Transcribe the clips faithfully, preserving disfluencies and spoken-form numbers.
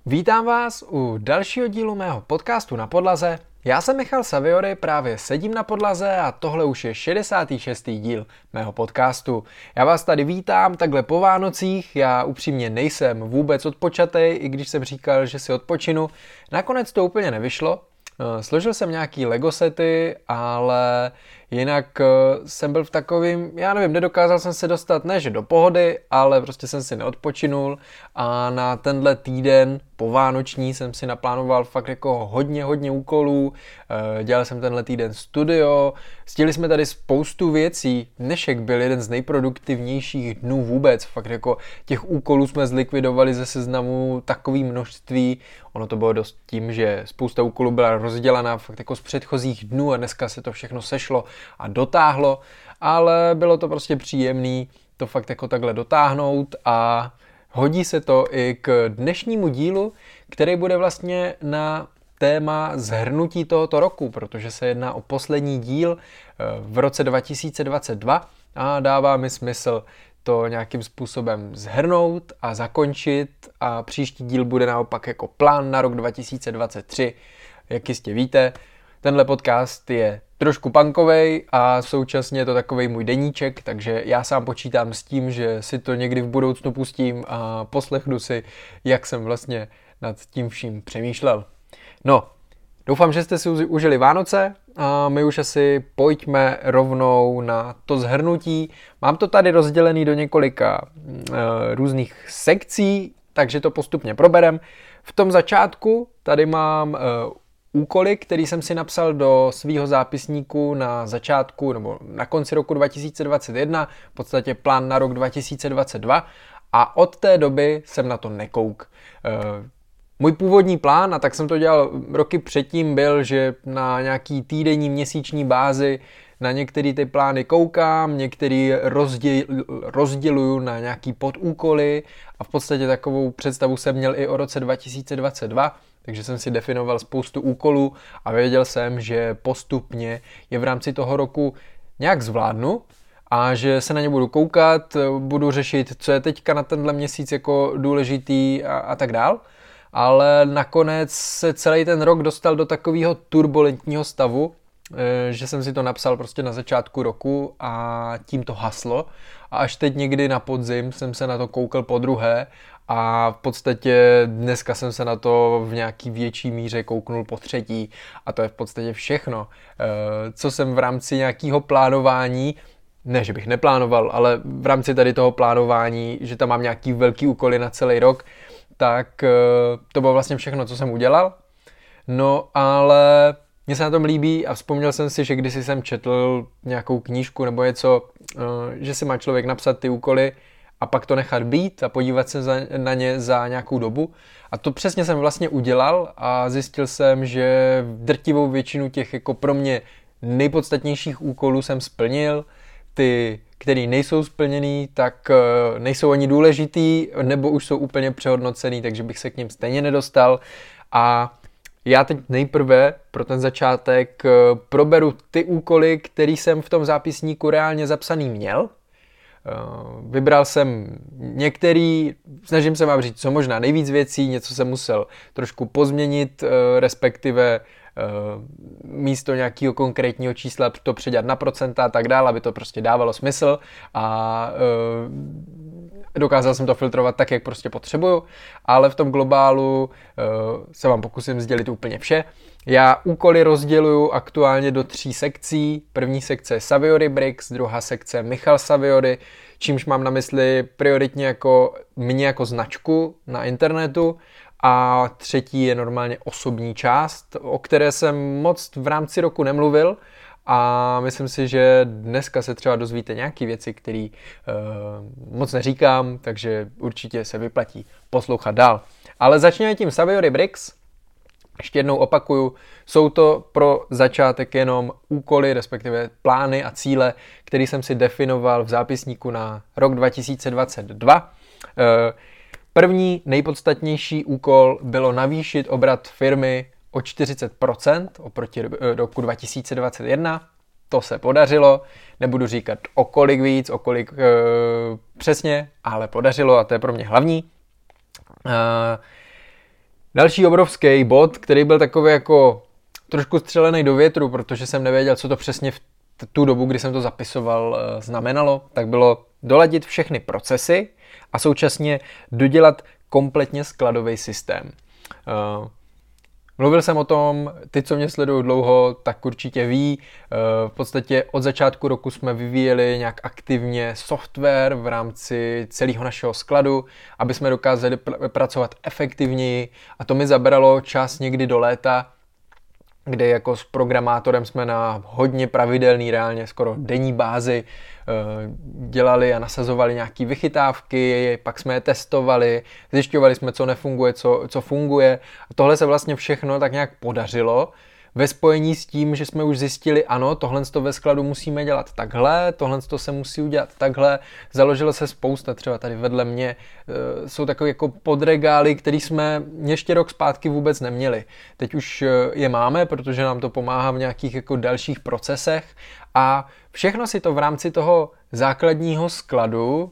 Vítám vás u dalšího dílu mého podcastu Na podlaze. Já jsem Michal Saviory, právě sedím na podlaze a tohle už je šedesátý šestý díl mého podcastu. Já vás tady vítám takhle po Vánocích, já upřímně nejsem vůbec odpočatej, i když jsem říkal, že si odpočinu. Nakonec to úplně nevyšlo. Složil jsem nějaký Lego sety, ale jinak jsem byl v takovým, já nevím, nedokázal jsem se dostat, ne že do pohody, ale prostě jsem si neodpočinul a na tenhle týden povánoční jsem si naplánoval fakt jako hodně, hodně úkolů, dělal jsem tenhle týden studio, stihli jsme tady spoustu věcí, dnešek byl jeden z nejproduktivnějších dnů vůbec, fakt jako těch úkolů jsme zlikvidovali ze seznamu takové množství, ono to bylo dost tím, že spousta úkolů byla rozdělaná fakt jako z předchozích dnů a dneska se to všechno sešlo a dotáhlo, ale bylo to prostě příjemný to fakt jako takhle dotáhnout a hodí se to i k dnešnímu dílu, který bude vlastně na téma shrnutí tohoto roku, protože se jedná o poslední díl v roce dva tisíce dvacet dva a dává mi smysl to nějakým způsobem shrnout a zakončit a příští díl bude naopak jako plán na rok dva tisíce dvacet tři. Jak jistě víte, tenhle podcast je trošku punkovej a současně je to takovej můj deníček, takže já sám počítám s tím, že si to někdy v budoucnu pustím a poslechnu si, jak jsem vlastně nad tím vším přemýšlel. No, doufám, že jste si užili Vánoce a my už asi pojďme rovnou na to shrnutí. Mám to tady rozdělený do několika e, různých sekcí, takže to postupně proberem. V tom začátku tady mám e, úkoly, který jsem si napsal do svého zápisníku na začátku nebo na konci roku dva tisíce dvacet jedna, v podstatě plán na rok dva tisíce dvacet dva a od té doby jsem na to nekouk. E, Můj původní plán, a tak jsem to dělal roky předtím, byl, že na nějaký týdenní, měsíční bázi na některé ty plány koukám, některý rozděl, rozděluju na nějaký podúkoly a v podstatě takovou představu jsem měl i o roce dva tisíce dvacet dva, takže jsem si definoval spoustu úkolů a věděl jsem, že postupně je v rámci toho roku nějak zvládnu a že se na ně budu koukat, budu řešit, co je teďka na tenhle měsíc jako důležitý a, a tak dál. Ale nakonec se celý ten rok dostal do takového turbulentního stavu, že jsem si to napsal prostě na začátku roku a tím to haslo. A až teď někdy na podzim jsem se na to koukal podruhé a v podstatě dneska jsem se na to v nějaký větší míře kouknul po třetí a to je v podstatě všechno, co jsem v rámci nějakého plánování, ne, že bych neplánoval, ale v rámci tady toho plánování, že tam mám nějaký velký úkoly na celý rok, tak to bylo vlastně všechno, co jsem udělal. No, ale mně se na tom líbí a vzpomněl jsem si, že když jsem četl nějakou knížku nebo něco, že si má člověk napsat ty úkoly a pak to nechat být a podívat se za, na ně za nějakou dobu. A to přesně jsem vlastně udělal a zjistil jsem, že drtivou většinu těch jako pro mě nejpodstatnějších úkolů jsem splnil. Ty, který nejsou splněný, tak nejsou ani důležitý, nebo už jsou úplně přehodnocený, takže bych se k ním stejně nedostal. A já teď nejprve pro ten začátek proberu ty úkoly, který jsem v tom zápisníku reálně zapsaný měl. Vybral jsem některý, snažím se vám říct co možná nejvíc věcí, něco jsem musel trošku pozměnit, respektive místo nějakého konkrétního čísla to předělat na procenta a tak dále, aby to prostě dávalo smysl a dokázal jsem to filtrovat tak, jak prostě potřebuju, ale v tom globálu se vám pokusím sdělit úplně vše. Já úkoly rozděluju aktuálně do tří sekcí. První sekce je Saviory Bricks, druhá sekce Michal Saviory, čímž mám na mysli prioritně jako mě jako značku na internetu. A třetí je normálně osobní část, o které jsem moc v rámci roku nemluvil a myslím si, že dneska se třeba dozvíte nějaké věci, které uh, moc neříkám, takže určitě se vyplatí poslouchat dál. Ale začněme tím Saviory Bricks. Ještě jednou opakuju, jsou to pro začátek jenom úkoly, respektive plány a cíle, které jsem si definoval v zápisníku na rok dva tisíce dvacet dva. Uh, První nejpodstatnější úkol bylo navýšit obrat firmy o čtyřicet procent oproti roku dva tisíce dvacet jedna. To se podařilo, nebudu říkat o kolik víc, o kolik e, přesně, ale podařilo a to je pro mě hlavní. E, Další obrovský bod, který byl takový jako trošku střelený do větru, protože jsem nevěděl, co to přesně v tu dobu, kdy jsem to zapisoval, znamenalo, tak bylo doladit všechny procesy a současně dodělat kompletně skladový systém. Mluvil jsem o tom, ty, co mě sledují dlouho, tak určitě ví. V podstatě od začátku roku jsme vyvíjeli nějak aktivně software v rámci celého našeho skladu, aby jsme dokázali pr- pracovat efektivněji, a to mi zabralo čas někdy do léta, kde jako s programátorem jsme na hodně pravidelný, reálně skoro denní bázi dělali a nasazovali nějaké vychytávky, pak jsme je testovali, zjišťovali jsme, co nefunguje, co, co funguje. A tohle se vlastně všechno tak nějak podařilo ve spojení s tím, že jsme už zjistili, ano, tohle ve skladu musíme dělat takhle, tohle se musí udělat takhle. Založilo se spousta, třeba tady vedle mě jsou takové jako podregály, které jsme ještě rok zpátky vůbec neměli. Teď už je máme, protože nám to pomáhá v nějakých jako dalších procesech, a všechno si to v rámci toho základního skladu,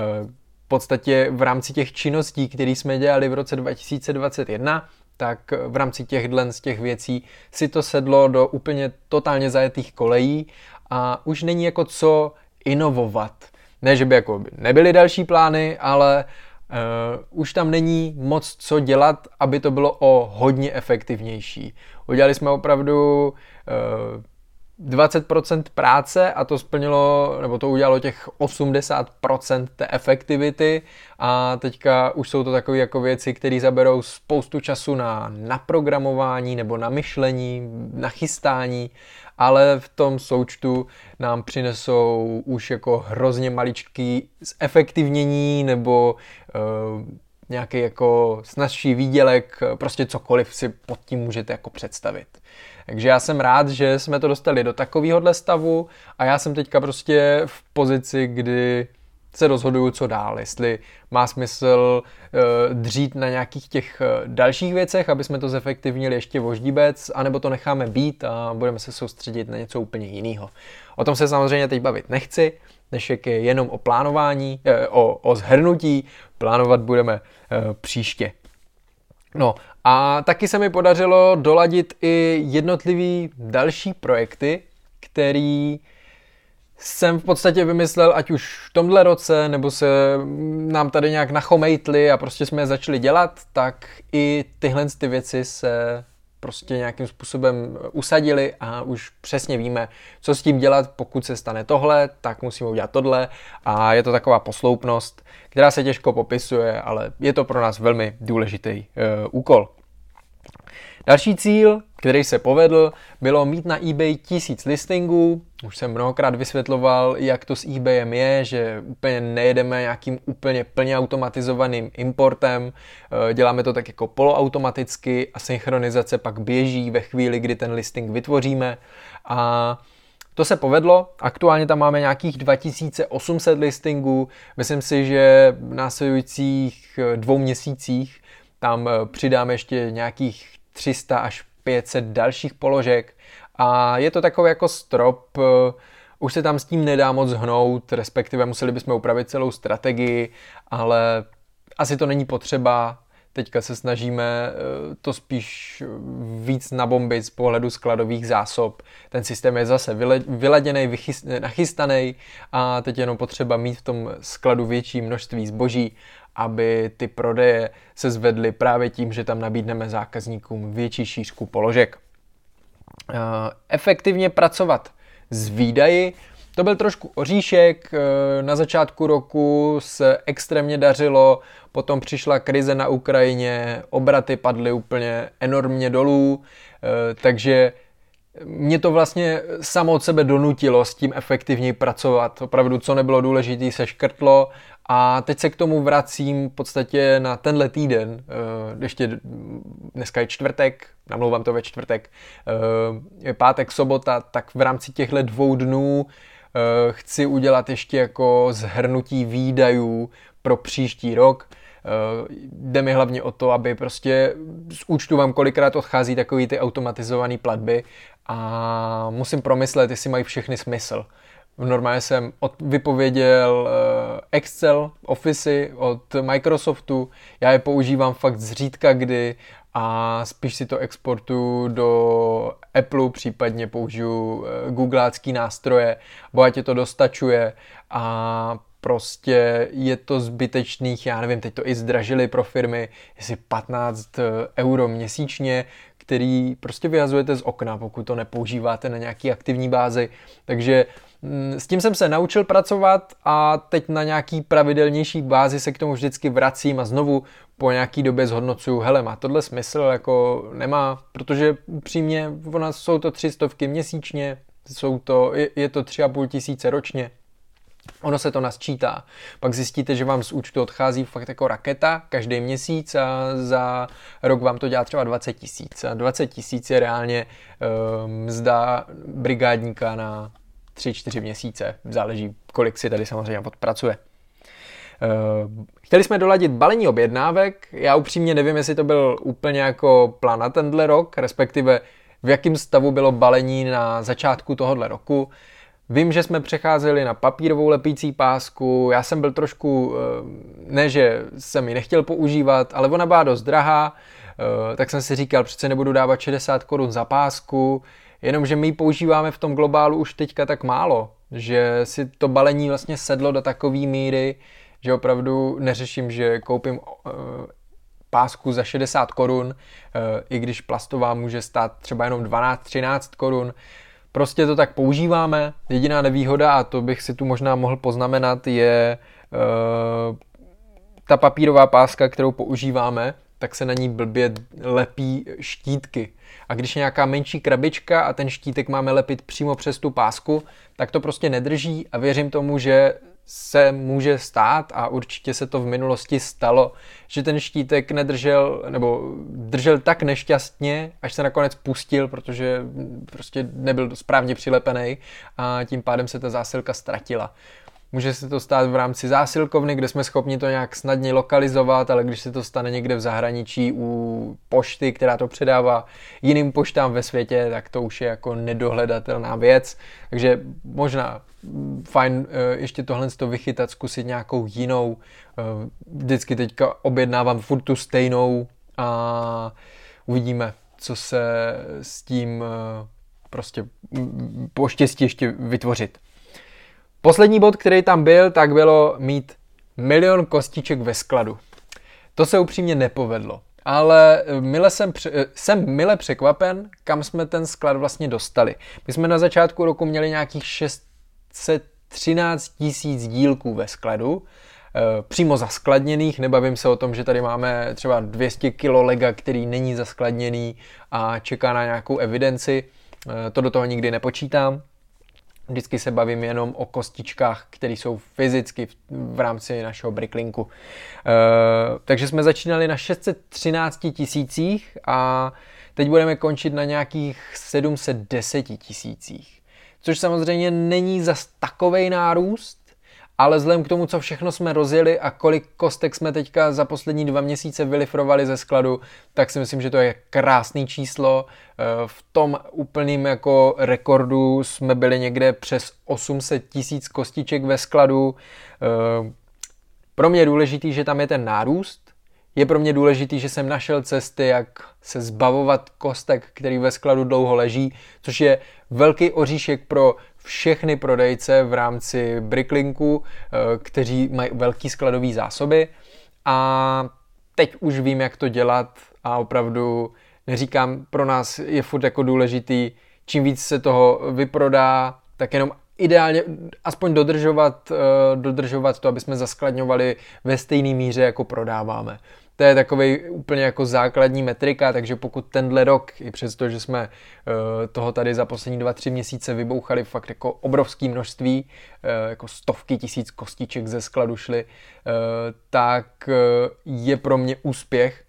v podstatě v rámci těch činností, které jsme dělali v roce dva tisíce dvacet jedna, tak v rámci těchhle z těch věcí si to sedlo do úplně totálně zajetých kolejí a už není jako co inovovat. Ne, že by jako nebyly další plány, ale uh, už tam není moc co dělat, aby to bylo o hodně efektivnější. Udělali jsme opravdu uh, dvacet procent práce a to splnilo, nebo to udělalo těch osmdesát procent té efektivity, a teďka už jsou to takové jako věci, které zaberou spoustu času na naprogramování nebo na myšlení, na chystání, ale v tom součtu nám přinesou už jako hrozně maličký zefektivnění nebo uh, nějaký jako snazší výdělek, prostě cokoliv si pod tím můžete jako představit. Takže já jsem rád, že jsme to dostali do takovéhohle stavu a já jsem teďka prostě v pozici, kdy se rozhoduju, co dál. Jestli má smysl uh, dřít na nějakých těch uh, dalších věcech, aby jsme to zefektivnili ještě voždíbec, anebo to necháme být a budeme se soustředit na něco úplně jiného. O tom se samozřejmě teď bavit nechci, dnešek je jenom o plánování, eh, o, o zhrnutí, plánovat budeme eh, příště. No a taky se mi podařilo doladit i jednotlivý další projekty, který jsem v podstatě vymyslel ať už v tomhle roce, nebo se nám tady nějak nachomejtli a prostě jsme je začali dělat, tak i tyhle ty věci se prostě nějakým způsobem usadili a už přesně víme, co s tím dělat. Pokud se stane tohle, tak musíme udělat tohle, a je to taková posloupnost, která se těžko popisuje, ale je to pro nás velmi důležitý uh, úkol. Další cíl, který se povedl, bylo mít na eBay tisíc listingů. Už jsem mnohokrát vysvětloval, jak to s eBayem je, že úplně nejedeme nějakým úplně plně automatizovaným importem. Děláme to tak jako poloautomaticky a synchronizace pak běží ve chvíli, kdy ten listing vytvoříme. A to se povedlo, aktuálně tam máme nějakých dva tisíce osm set listingů. Myslím si, že v následujících dvou měsících tam přidáme ještě nějakých tři sta až pět set dalších položek a je to takový jako strop, už se tam s tím nedá moc hnout, respektive museli bychom upravit celou strategii, ale asi to není potřeba. Teďka se snažíme to spíš víc nabombit z pohledu skladových zásob. Ten systém je zase vyladěný, nachystaný a teď jenom potřeba mít v tom skladu větší množství zboží, aby ty prodeje se zvedly právě tím, že tam nabídneme zákazníkům větší šířku položek. Efektivně pracovat s výdaji, to byl trošku oříšek, na začátku roku se extrémně dařilo, potom přišla krize na Ukrajině, obraty padly úplně enormně dolů, takže mě to vlastně samo od sebe donutilo s tím efektivněji pracovat. Opravdu, co nebylo důležité, se škrtlo a teď se k tomu vracím v podstatě na tenhle týden. Ještě dneska je čtvrtek, namlouvám to ve čtvrtek, je pátek, sobota, tak v rámci těchto dvou dnů chci udělat ještě jako shrnutí výdajů pro příští rok. Jde mi hlavně o to, aby prostě z účtu vám kolikrát odchází takový ty automatizované platby a musím promyslet, jestli mají všechny smysl. Normálně jsem od, vypověděl uh, Excel, Office od Microsoftu, já je používám fakt zřídka kdy a spíš si to exportuju do Apple, případně použiju uh, googlácký nástroje, bohatě to dostačuje a prostě je to zbytečných, já nevím, teď to i zdražili pro firmy, jestli patnáct euro měsíčně, který prostě vyhazujete z okna, pokud to nepoužíváte na nějaký aktivní bázi. Takže s tím jsem se naučil pracovat a teď na nějaký pravidelnější bázi se k tomu vždycky vracím a znovu po nějaký době zhodnocuju, hele, má tohle smysl, jako nemá, protože upřímně ona jsou to tři stovky měsíčně, jsou to, je, je to tři a půl tisíce ročně. Ono se to nasčítá. Pak zjistíte, že vám z účtu odchází fakt jako raketa každý měsíc a za rok vám to dělá třeba dvacet tisíc. A dvacet tisíc je reálně uh, mzda brigádníka na tři čtyři měsíce. Záleží, kolik si tady samozřejmě odpracuje. Uh, chtěli jsme doladit balení objednávek. Já upřímně nevím, jestli to byl úplně jako plán na tenhle rok, respektive v jakém stavu bylo balení na začátku tohohle roku. Vím, že jsme přecházeli na papírovou lepící pásku, já jsem byl trošku, ne že jsem ji nechtěl používat, ale ona byla dost drahá, tak jsem si říkal, přece nebudu dávat šedesát korun za pásku, jenomže my ji používáme v tom globálu už teďka tak málo, že si to balení vlastně sedlo do takové míry, že opravdu neřeším, že koupím pásku za šedesát korun, i když plastová může stát třeba jenom dvanáct třináct korun. Prostě to tak používáme. Jediná nevýhoda, a to bych si tu možná mohl poznamenat, je uh, ta papírová páska, kterou používáme, tak se na ní blbě lepí štítky. A když je nějaká menší krabička a ten štítek máme lepit přímo přes tu pásku, tak to prostě nedrží a věřím tomu, že se může stát a určitě se to v minulosti stalo, že ten štítek nedržel nebo držel tak nešťastně, až se nakonec pustil, protože prostě nebyl správně přilepený a tím pádem se ta zásilka ztratila. Může se to stát v rámci zásilkovny, kde jsme schopni to nějak snadně lokalizovat, ale když se to stane někde v zahraničí u pošty, která to předává jiným poštám ve světě, tak to už je jako nedohledatelná věc. Takže možná fajn ještě tohle to vychytat, zkusit nějakou jinou. Vždycky teďka objednávám furt tu stejnou a uvidíme, co se s tím prostě po štěstí ještě vytvořit. Poslední bod, který tam byl, tak bylo mít milion kostiček ve skladu. To se upřímně nepovedlo, ale mile jsem, jsem mile překvapen, kam jsme ten sklad vlastně dostali. My jsme na začátku roku měli nějakých šest set třináct tisíc dílků ve skladu, přímo zaskladněných, nebavím se o tom, že tady máme třeba dvě stě kilo lega, který není zaskladněný a čeká na nějakou evidenci, to do toho nikdy nepočítám. Vždycky se bavím jenom o kostičkách, které jsou fyzicky v, v rámci našeho bricklinku. Uh, takže jsme začínali na šest set třináct tisících a teď budeme končit na nějakých sedm set deset tisících. Což samozřejmě není zas takovej nárůst, ale vzhledem k tomu, co všechno jsme rozjeli a kolik kostek jsme teďka za poslední dva měsíce vylifrovali ze skladu, tak si myslím, že to je krásný číslo. V tom úplným jako rekordu jsme byli někde přes osm set tisíc kostiček ve skladu. Pro mě je důležitý, že tam je ten nárůst. Je pro mě důležitý, že jsem našel cesty, jak se zbavovat kostek, který ve skladu dlouho leží, což je velký oříšek pro všechny prodejce v rámci bricklinku, kteří mají velký skladový zásoby. A teď už vím, jak to dělat a opravdu neříkám, pro nás je furt jako důležitý, čím víc se toho vyprodá, tak jenom ideálně aspoň dodržovat, dodržovat to, aby jsme zaskladňovali ve stejné míře, jako prodáváme. To je takovej úplně jako základní metrika, takže pokud tenhle rok, i přesto, že jsme toho tady za poslední dva, tři měsíce vybouchali fakt jako obrovské množství, jako stovky tisíc kostiček ze skladu šly, tak je pro mě úspěch,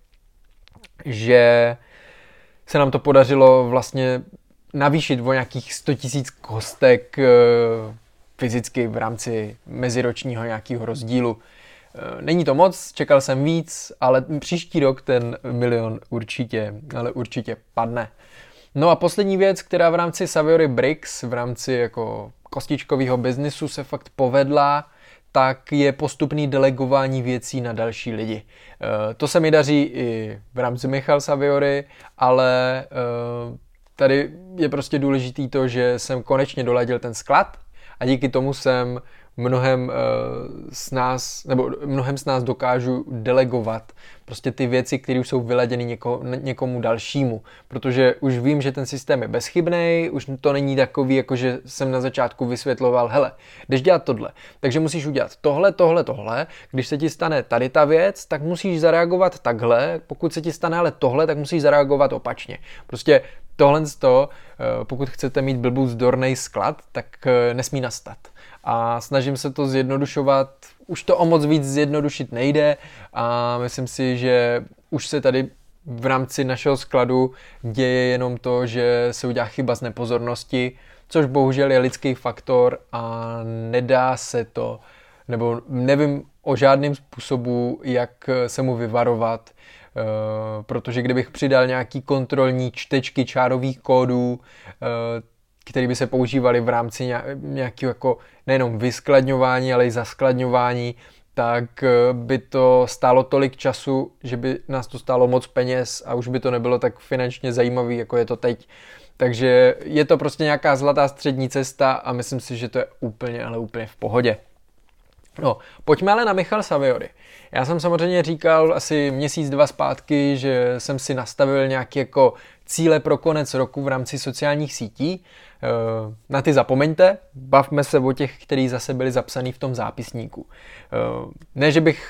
že se nám to podařilo vlastně navýšit o nějakých sto tisíc kostek fyzicky v rámci meziročního nějakého rozdílu. Není to moc, čekal jsem víc, ale příští rok ten milion určitě, ale určitě padne. No a poslední věc, která v rámci Saviory Bricks, v rámci jako kostičkového biznisu se fakt povedla, tak je postupný delegování věcí na další lidi. To se mi daří i v rámci Michal Saviory, ale tady je prostě důležitý to, že jsem konečně doladil ten sklad a díky tomu jsem mnohem s nás, nebo mnohem s nás dokážu delegovat prostě ty věci, které už jsou vyladěny něko, někomu dalšímu, protože už vím, že ten systém je bezchybnej, už to není takový, jako že jsem na začátku vysvětloval, hele, jdeš dělat tohle, takže musíš udělat tohle, tohle, tohle, když se ti stane tady ta věc, tak musíš zareagovat takhle, pokud se ti stane ale tohle, tak musíš zareagovat opačně. Prostě tohle z toho, pokud chcete mít blbů zdornej sklad, tak nesmí nastat. A snažím se to zjednodušovat, už to o moc víc zjednodušit nejde a myslím si, že už se tady v rámci našeho skladu děje jenom to, že se udělá chyba z nepozornosti, což bohužel je lidský faktor a nedá se to, nebo nevím o žádném způsobu, jak se mu vyvarovat, protože kdybych přidal nějaký kontrolní čtečky čárových kódů, které by se používaly v rámci nějakého jako nejenom vyskladňování, ale i zaskladňování, tak by to stálo tolik času, že by nás to stálo moc peněz a už by to nebylo tak finančně zajímavý, jako je to teď. Takže je to prostě nějaká zlatá střední cesta a myslím si, že to je úplně, ale úplně v pohodě. No, pojďme ale na Michal Saviory. Já jsem samozřejmě říkal asi měsíc, dva zpátky, že jsem si nastavil nějaké jako cíle pro konec roku v rámci sociálních sítí. Na ty zapomeňte, bavme se o těch, kteří zase byli zapsaný v tom zápisníku. Ne, že bych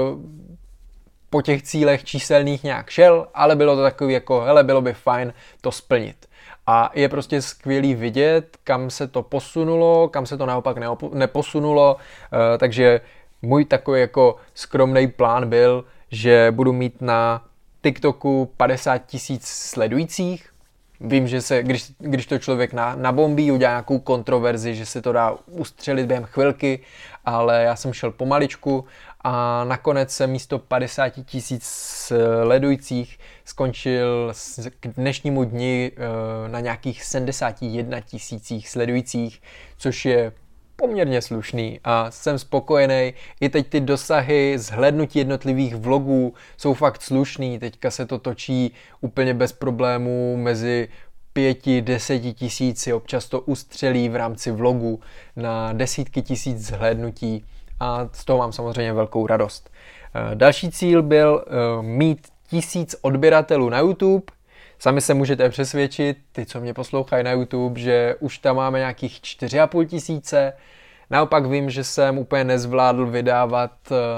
po těch cílech číselných nějak šel, ale bylo to takový jako, hele, bylo by fajn to splnit. A je prostě skvělý vidět, kam se to posunulo, kam se to naopak neposunulo, takže můj takový jako skromný plán byl, že budu mít na TikToku padesát tisíc sledujících. Vím, že se, když, když to člověk na, nabombí, udělá nějakou kontroverzi, že se to dá ustřelit během chvilky, ale já jsem šel pomaličku a nakonec jsem místo padesát tisíc sledujících skončil k dnešnímu dni na nějakých sedmdesát jedna tisících sledujících, což je poměrně slušný a jsem spokojený. I teď ty dosahy, zhlédnutí jednotlivých vlogů jsou fakt slušný. Teďka se to točí úplně bez problémů mezi pěti, deseti tisíci, občas to ustřelí v rámci vlogu na desítky tisíc zhlédnutí a z toho mám samozřejmě velkou radost. Další cíl byl mít tisíc odběratelů na YouTube. Sami se můžete přesvědčit, ty, co mě poslouchají na YouTube, že už tam máme nějakých čtyři a půl tisíce. Naopak vím, že jsem úplně nezvládl vydávat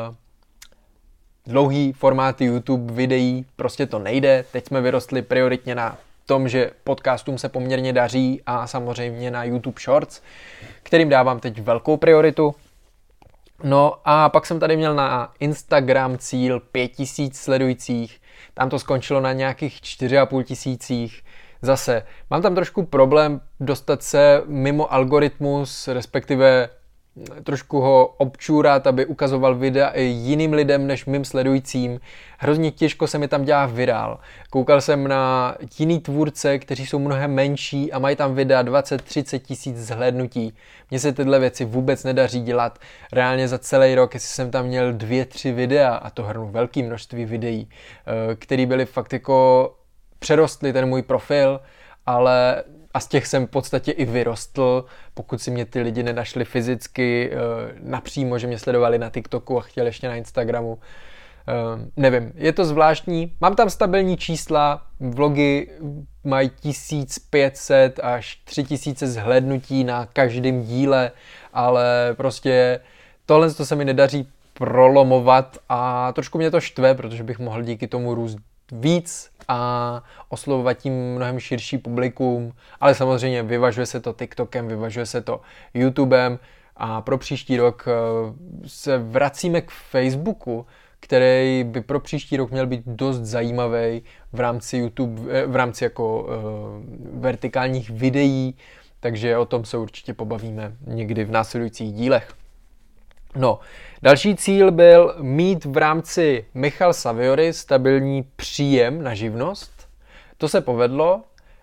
dlouhý formáty YouTube videí, prostě to nejde. Teď jsme vyrostli prioritně na tom, že podcastům se poměrně daří a samozřejmě na YouTube Shorts, kterým dávám teď velkou prioritu. No a pak jsem tady měl na Instagram cíl pět tisíc sledujících, tam to skončilo na nějakých čtyři a půl tisících. Zase, mám tam trošku problém dostat se mimo algoritmus, respektive trošku ho občůrat, aby ukazoval videa i jiným lidem než mým sledujícím. Hrozně těžko se mi tam dělá virál. Koukal jsem na jiný tvůrce, kteří jsou mnohem menší a mají tam videa dvacet třicet tisíc zhlédnutí. Mně se tyhle věci vůbec nedaří dělat. Reálně za celý rok, jestli jsem tam měl dvě, tři videa, a to hrnu velké množství videí, které byly fakt jako přerostly ten můj profil, ale a z těch jsem v podstatě i vyrostl, pokud si mě ty lidi nenašli fyzicky napřímo, že mě sledovali na TikToku a chtěli ještě na Instagramu. Nevím, je to zvláštní. Mám tam stabilní čísla, vlogy mají tisíc pět set až tři tisíce zhlédnutí na každém díle, ale prostě tohle to se mi nedaří prolomovat a trošku mě to štve, protože bych mohl díky tomu růst víc a oslovovat tím mnohem širší publikum, ale samozřejmě vyvažuje se to TikTokem, vyvažuje se to YouTubem a pro příští rok se vracíme k Facebooku, který by pro příští rok měl být dost zajímavý v rámci YouTube, v rámci jako uh, vertikálních videí, takže o tom se určitě pobavíme někdy v následujících dílech. No, další cíl byl mít v rámci Michal Saviory stabilní příjem na živnost. To se povedlo.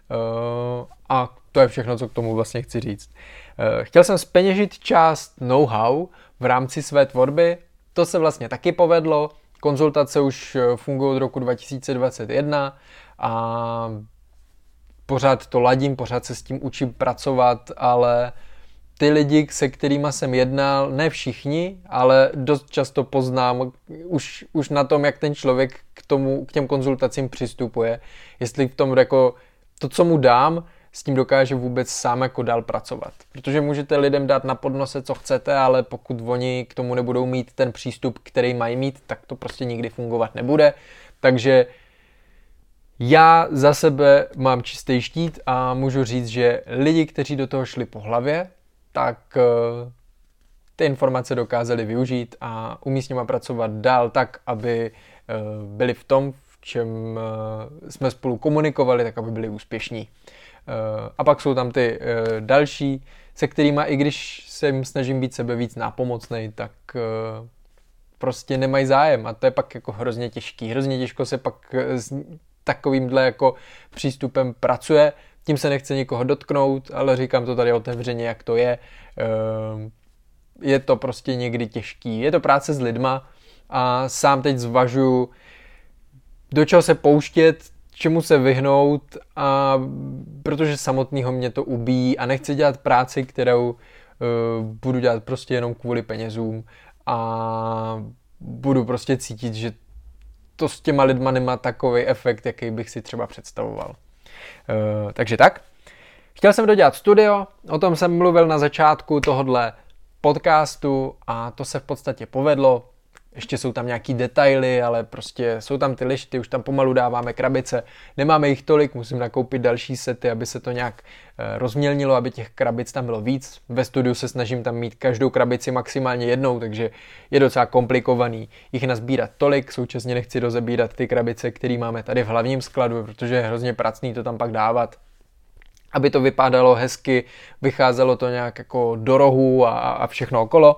a to je všechno, co k tomu vlastně chci říct. Chtěl jsem zpeněžit část know-how v rámci své tvorby, to se vlastně taky povedlo, konzultace už fungují od roku dva tisíce dvacet jedna a pořád to ladím, pořád se s tím učím pracovat, ale ty lidi, se kterými jsem jednal, ne všichni, ale dost často poznám už, už na tom, jak ten člověk k, tomu, k těm konzultacím přistupuje, jestli v tom jako to, co mu dám, s tím dokáže vůbec sám jako dál pracovat. Protože můžete lidem dát na podnose, co chcete, ale pokud oni k tomu nebudou mít ten přístup, který mají mít, tak to prostě nikdy fungovat nebude. Takže já za sebe mám čistý štít a můžu říct, že lidi, kteří do toho šli po hlavě, tak ty informace dokázali využít a umí s nima pracovat dál tak, aby byli v tom, v čem jsme spolu komunikovali, tak aby byli úspěšní. A pak jsou tam ty další, se kterými, i když se jim snažím být sebe víc nápomocnej, tak prostě nemají zájem a to je pak jako hrozně těžký. Hrozně těžko se pak s takovýmhle jako přístupem pracuje. Tím se nechce nikoho dotknout, ale říkám to tady otevřeně, jak to je. Je to prostě někdy těžký. Je to práce s lidma a sám teď zvažuju, do čeho se pouštět, čemu se vyhnout, a protože samotného mě to ubíjí a nechci dělat práci, kterou uh, budu dělat prostě jenom kvůli penězům a budu prostě cítit, že to s těma lidma nemá takový efekt, jaký bych si třeba představoval. Uh, takže tak. Chtěl jsem dodělat studio, o tom jsem mluvil na začátku tohodle podcastu a to se v podstatě povedlo. Ještě jsou tam nějaký detaily, ale prostě jsou tam ty lišty, už tam pomalu dáváme krabice. Nemáme jich tolik, musím nakoupit další sety, aby se to nějak e, rozmělnilo, aby těch krabic tam bylo víc. Ve studiu se snažím tam mít každou krabici maximálně jednou, takže je docela komplikovaný jich nazbírat tolik. Současně nechci rozebírat ty krabice, které máme tady v hlavním skladu, protože je hrozně pracný to tam pak dávat. Aby to vypadalo hezky, vycházelo to nějak jako do rohu a, a všechno okolo.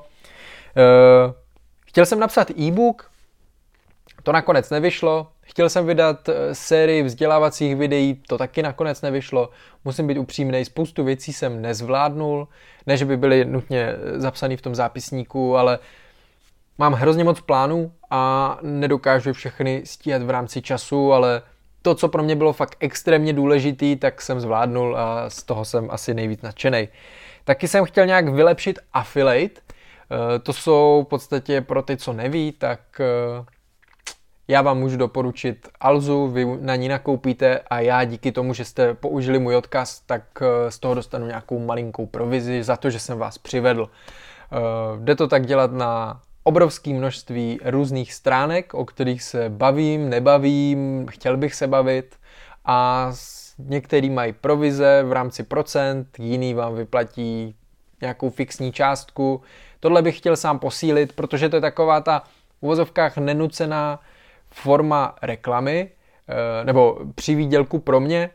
E, Chtěl jsem napsat e-book, to nakonec nevyšlo. Chtěl jsem vydat sérii vzdělávacích videí, to taky nakonec nevyšlo. Musím být upřímnej, spoustu věcí jsem nezvládnul. Ne, že by byly nutně zapsané v tom zápisníku, ale mám hrozně moc plánů a nedokážu všechny stíhat v rámci času, ale to, co pro mě bylo fakt extrémně důležitý, tak jsem zvládnul a z toho jsem asi nejvíc nadšenej. Taky jsem chtěl nějak vylepšit affiliate. To jsou v podstatě pro ty, co neví, tak já vám můžu doporučit Alzu, vy na ní nakoupíte a já díky tomu, že jste použili můj odkaz, tak z toho dostanu nějakou malinkou provizi za to, že jsem vás přivedl. Jde to tak dělat na obrovské množství různých stránek, o kterých se bavím, nebavím, chtěl bych se bavit a některý mají provize v rámci procent, jiný vám vyplatí nějakou fixní částku. Tohle bych chtěl sám posílit, protože to je taková ta v uvozovkách nenucená forma reklamy, nebo přivýdělku pro mě,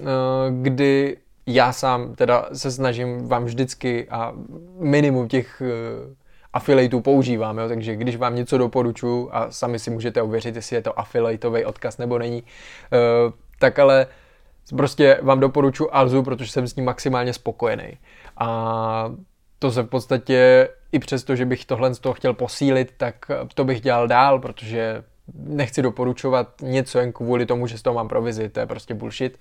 kdy já sám teda se snažím vám vždycky a minimum těch affiliateů používám, jo? Takže když vám něco doporučuji a sami si můžete ověřit, jestli je to affiliateový odkaz nebo není, tak ale prostě vám doporučuji Alzu, protože jsem s ním maximálně spokojený. A to se v podstatě, i přesto, že bych tohle z toho chtěl posílit, tak to bych dělal dál, protože nechci doporučovat něco jen kvůli tomu, že z toho mám provizi, to je prostě bullshit.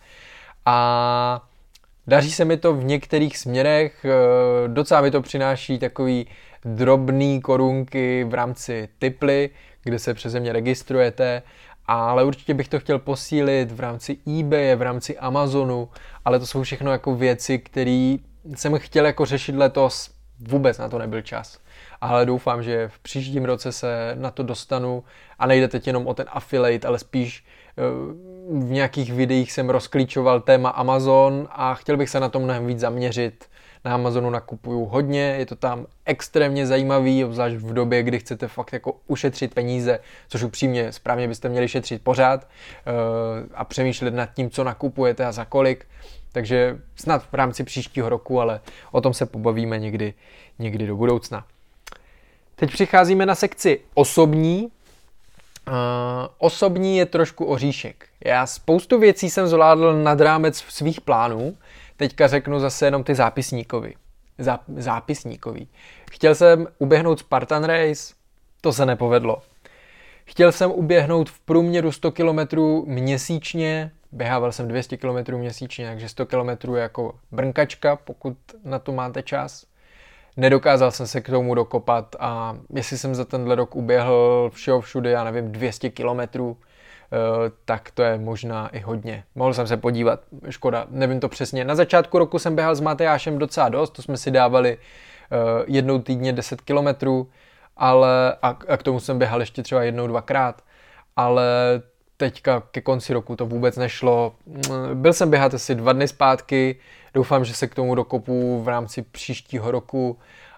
A daří se mi to v některých směrech, docela mi to přináší takový drobný korunky v rámci Tiply, kde se přeze mě registrujete, ale určitě bych to chtěl posílit v rámci eBay, v rámci Amazonu, ale to jsou všechno jako věci, které jsem chtěl jako řešit letos, vůbec na to nebyl čas. Ale doufám, že v příštím roce se na to dostanu a nejde teď jenom o ten affiliate, ale spíš v nějakých videích jsem rozklíčoval téma Amazon a chtěl bych se na to mnohem víc zaměřit. Na Amazonu nakupuju hodně, je to tam extrémně zajímavý, obzvlášť v době, kdy chcete fakt jako ušetřit peníze, což upřímně správně byste měli šetřit pořád a přemýšlet nad tím, co nakupujete a za kolik. Takže snad v rámci příštího roku, ale o tom se pobavíme někdy, někdy do budoucna. Teď přicházíme na sekci osobní. osobní je trošku oříšek. Já spoustu věcí jsem zvládl nad rámec svých plánů, teďka řeknu zase jenom ty zápisníkový. Záp, zápisníkový. Chtěl jsem uběhnout Spartan Race, to se nepovedlo. Chtěl jsem uběhnout v průměru sto kilometrů měsíčně, běhával jsem dvě stě kilometrů měsíčně, takže sto kilometrů je jako brnkačka, pokud na to máte čas. Nedokázal jsem se k tomu dokopat a jestli jsem za tenhle rok uběhl všeho všude, já nevím, dvě stě kilometrů, tak to je možná i hodně. Mohl jsem se podívat, škoda, nevím to přesně. Na začátku roku jsem běhal s Matyášem docela dost, to jsme si dávali jednou týdně deset kilometrů, ale a, a k tomu jsem běhal ještě třeba jednou, dvakrát, ale teďka ke konci roku to vůbec nešlo. Byl jsem běhat asi dva dny zpátky, doufám, že se k tomu dokopu v rámci příštího roku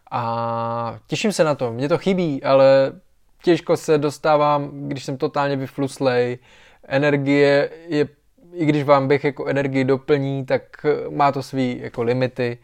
a těším se na to, mě to chybí, ale těžko se dostávám, když jsem totálně vyfluslej. Energie je, i když vám běh jako energii doplní, tak má to svý jako limity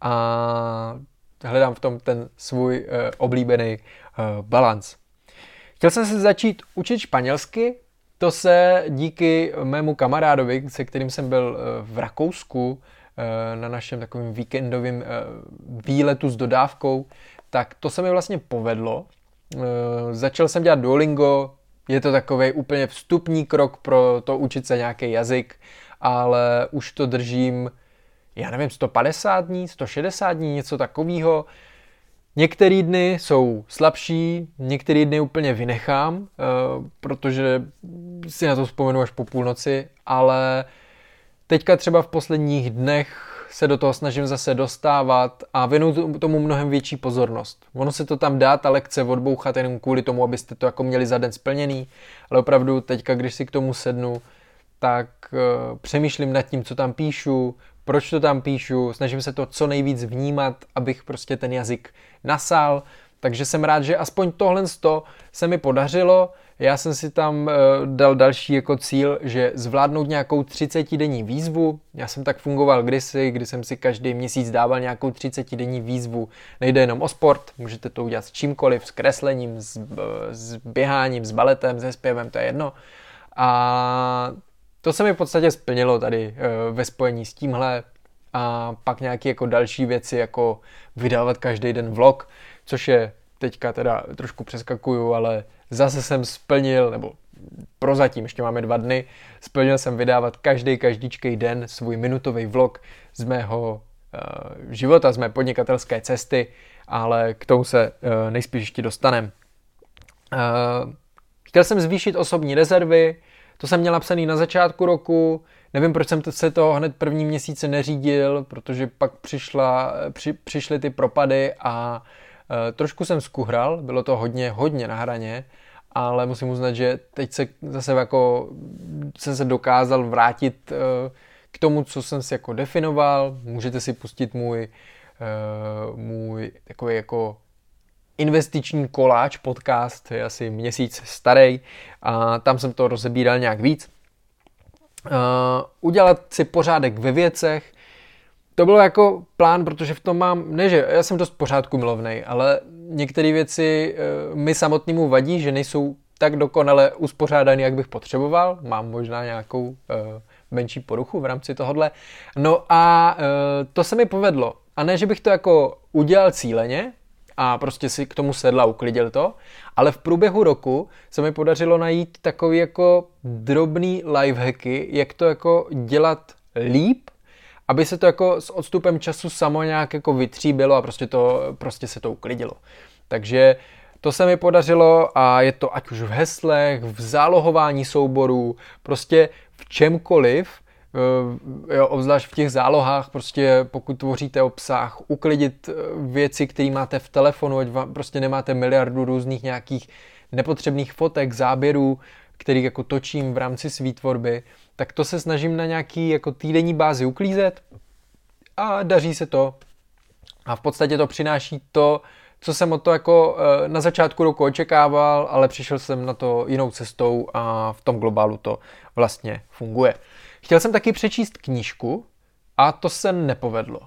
a hledám v tom ten svůj uh, oblíbený uh, balans. Chtěl jsem se začít učit španělsky, to se díky mému kamarádovi, se kterým jsem byl uh, v Rakousku uh, na našem takovým víkendovém uh, výletu s dodávkou, tak to se mi vlastně povedlo. Uh, začal jsem dělat Duolingo, je to takový úplně vstupní krok pro to učit se nějaký jazyk, ale už to držím, já nevím, sto padesát dní, sto šedesát dní, něco takového. Některé dny jsou slabší, některé dny úplně vynechám, uh, protože si na to vzpomenu až po půlnoci, ale teďka třeba v posledních dnech se do toho snažím zase dostávat a věnuju tomu mnohem větší pozornost. Ono se to tam dá, ta lekce odbouchat jenom kvůli tomu, abyste to jako měli za den splněný, ale opravdu teďka, když si k tomu sednu, tak uh, přemýšlím nad tím, co tam píšu, proč to tam píšu, snažím se to co nejvíc vnímat, abych prostě ten jazyk nasál, takže jsem rád, že aspoň tohle se mi podařilo. Já jsem si tam uh, dal další jako cíl, že zvládnout nějakou třicetidenní výzvu. Já jsem tak fungoval kdysi, kdy jsem si každý měsíc dával nějakou třicetidenní výzvu. Nejde jenom o sport, můžete to udělat s čímkoliv, s kreslením, s, s běháním, s baletem, se zpěvem, to je jedno. A to se mi v podstatě splnilo tady uh, ve spojení s tímhle a pak nějaké jako další věci, jako vydávat každý den vlog, což je teďka teda trošku přeskakuju, ale zase jsem splnil, nebo prozatím, ještě máme dva dny, splnil jsem vydávat každý, každýčkej den svůj minutový vlog z mého uh, života, z mé podnikatelské cesty, ale k tomu se uh, nejspíš ještě dostanem. Uh, chtěl jsem zvýšit osobní rezervy, to jsem měl napsaný na začátku roku, nevím, proč jsem se toho hned první měsíce neřídil, protože pak přišla, při, přišly ty propady a uh, trošku jsem skuhral, bylo to hodně, hodně na hraně, ale musím uznat, že teď se zase jako jsem se dokázal vrátit uh, k tomu, co jsem si jako definoval. Můžete si pustit můj, uh, můj takový jako investiční koláč podcast, je asi měsíc starý a tam jsem to rozebíral nějak víc. Uh, udělat si pořádek ve věcech, to bylo jako plán, protože v tom mám, ne že, já jsem dost pořádku milovnej, ale některé věci uh, mi samotnému vadí, že nejsou tak dokonale uspořádaný, jak bych potřeboval. Mám možná nějakou uh, menší poruchu v rámci tohodle. No a uh, to se mi povedlo. A ne, že bych to jako udělal cíleně a prostě si k tomu sedl a uklidil to, ale v průběhu roku se mi podařilo najít takový jako drobný lifehacky, jak to jako dělat líp, aby se to jako s odstupem času samo nějak jako vytříbilo a prostě, to, prostě se to uklidilo. Takže to se mi podařilo a je to ať už v heslech, v zálohování souborů, prostě v čemkoliv, jo, obzvlášť v těch zálohách, prostě pokud tvoříte obsah, uklidit věci, které máte v telefonu, ať vám prostě nemáte miliardu různých nějakých nepotřebných fotek, záběrů, který jako točím v rámci své tvorby, tak to se snažím na nějaký jako týdenní bázi uklízet a daří se to. A v podstatě to přináší to, co jsem od to jako na začátku roku očekával, ale přišel jsem na to jinou cestou a v tom globálu to vlastně funguje. Chtěl jsem taky přečíst knížku a to se nepovedlo.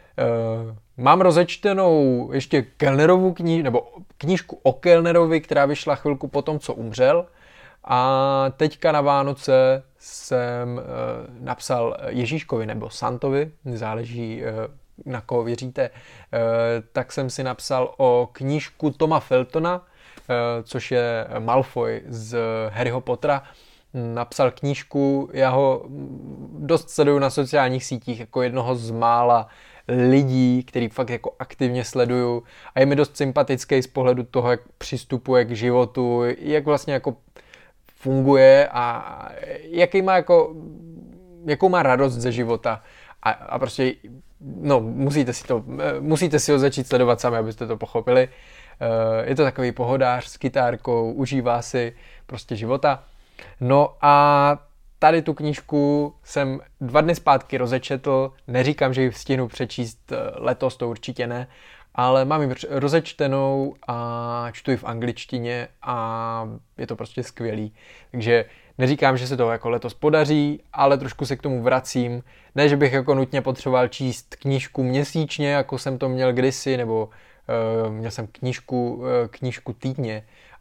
Mám rozečtenou ještě Kellnerovu knížku, nebo knížku o Kellnerovi, která vyšla chvilku po tom, co umřel, A teďka na Vánoce jsem e, napsal Ježíškovi nebo Santovi, záleží, e, na koho věříte, e, tak jsem si napsal o knížku Toma Feltona, e, což je Malfoy z Harryho Pottera. Napsal knížku, já ho dost sleduju na sociálních sítích jako jednoho z mála lidí, který fakt jako aktivně sleduju a je mi dost sympatický z pohledu toho, jak přistupuje k životu, jak vlastně jako funguje a jaký má jako, jakou má radost ze života a, a prostě no, musíte si to, musíte si ho začít sledovat sami, abyste to pochopili. Je to takový pohodář s kytárkou, užívá si prostě života. No a tady tu knížku jsem dva dny zpátky rozečetl, neříkám, že ji stihnu přečíst letos, to určitě ne, ale mám ji rozečtenou a čtu ji v angličtině a je to prostě skvělý. Takže neříkám, že se to jako letos podaří, ale trošku se k tomu vracím. Ne, že bych jako nutně potřeboval číst knížku měsíčně, jako jsem to měl kdysi, nebo uh, měl jsem knížku, uh, knížku týdně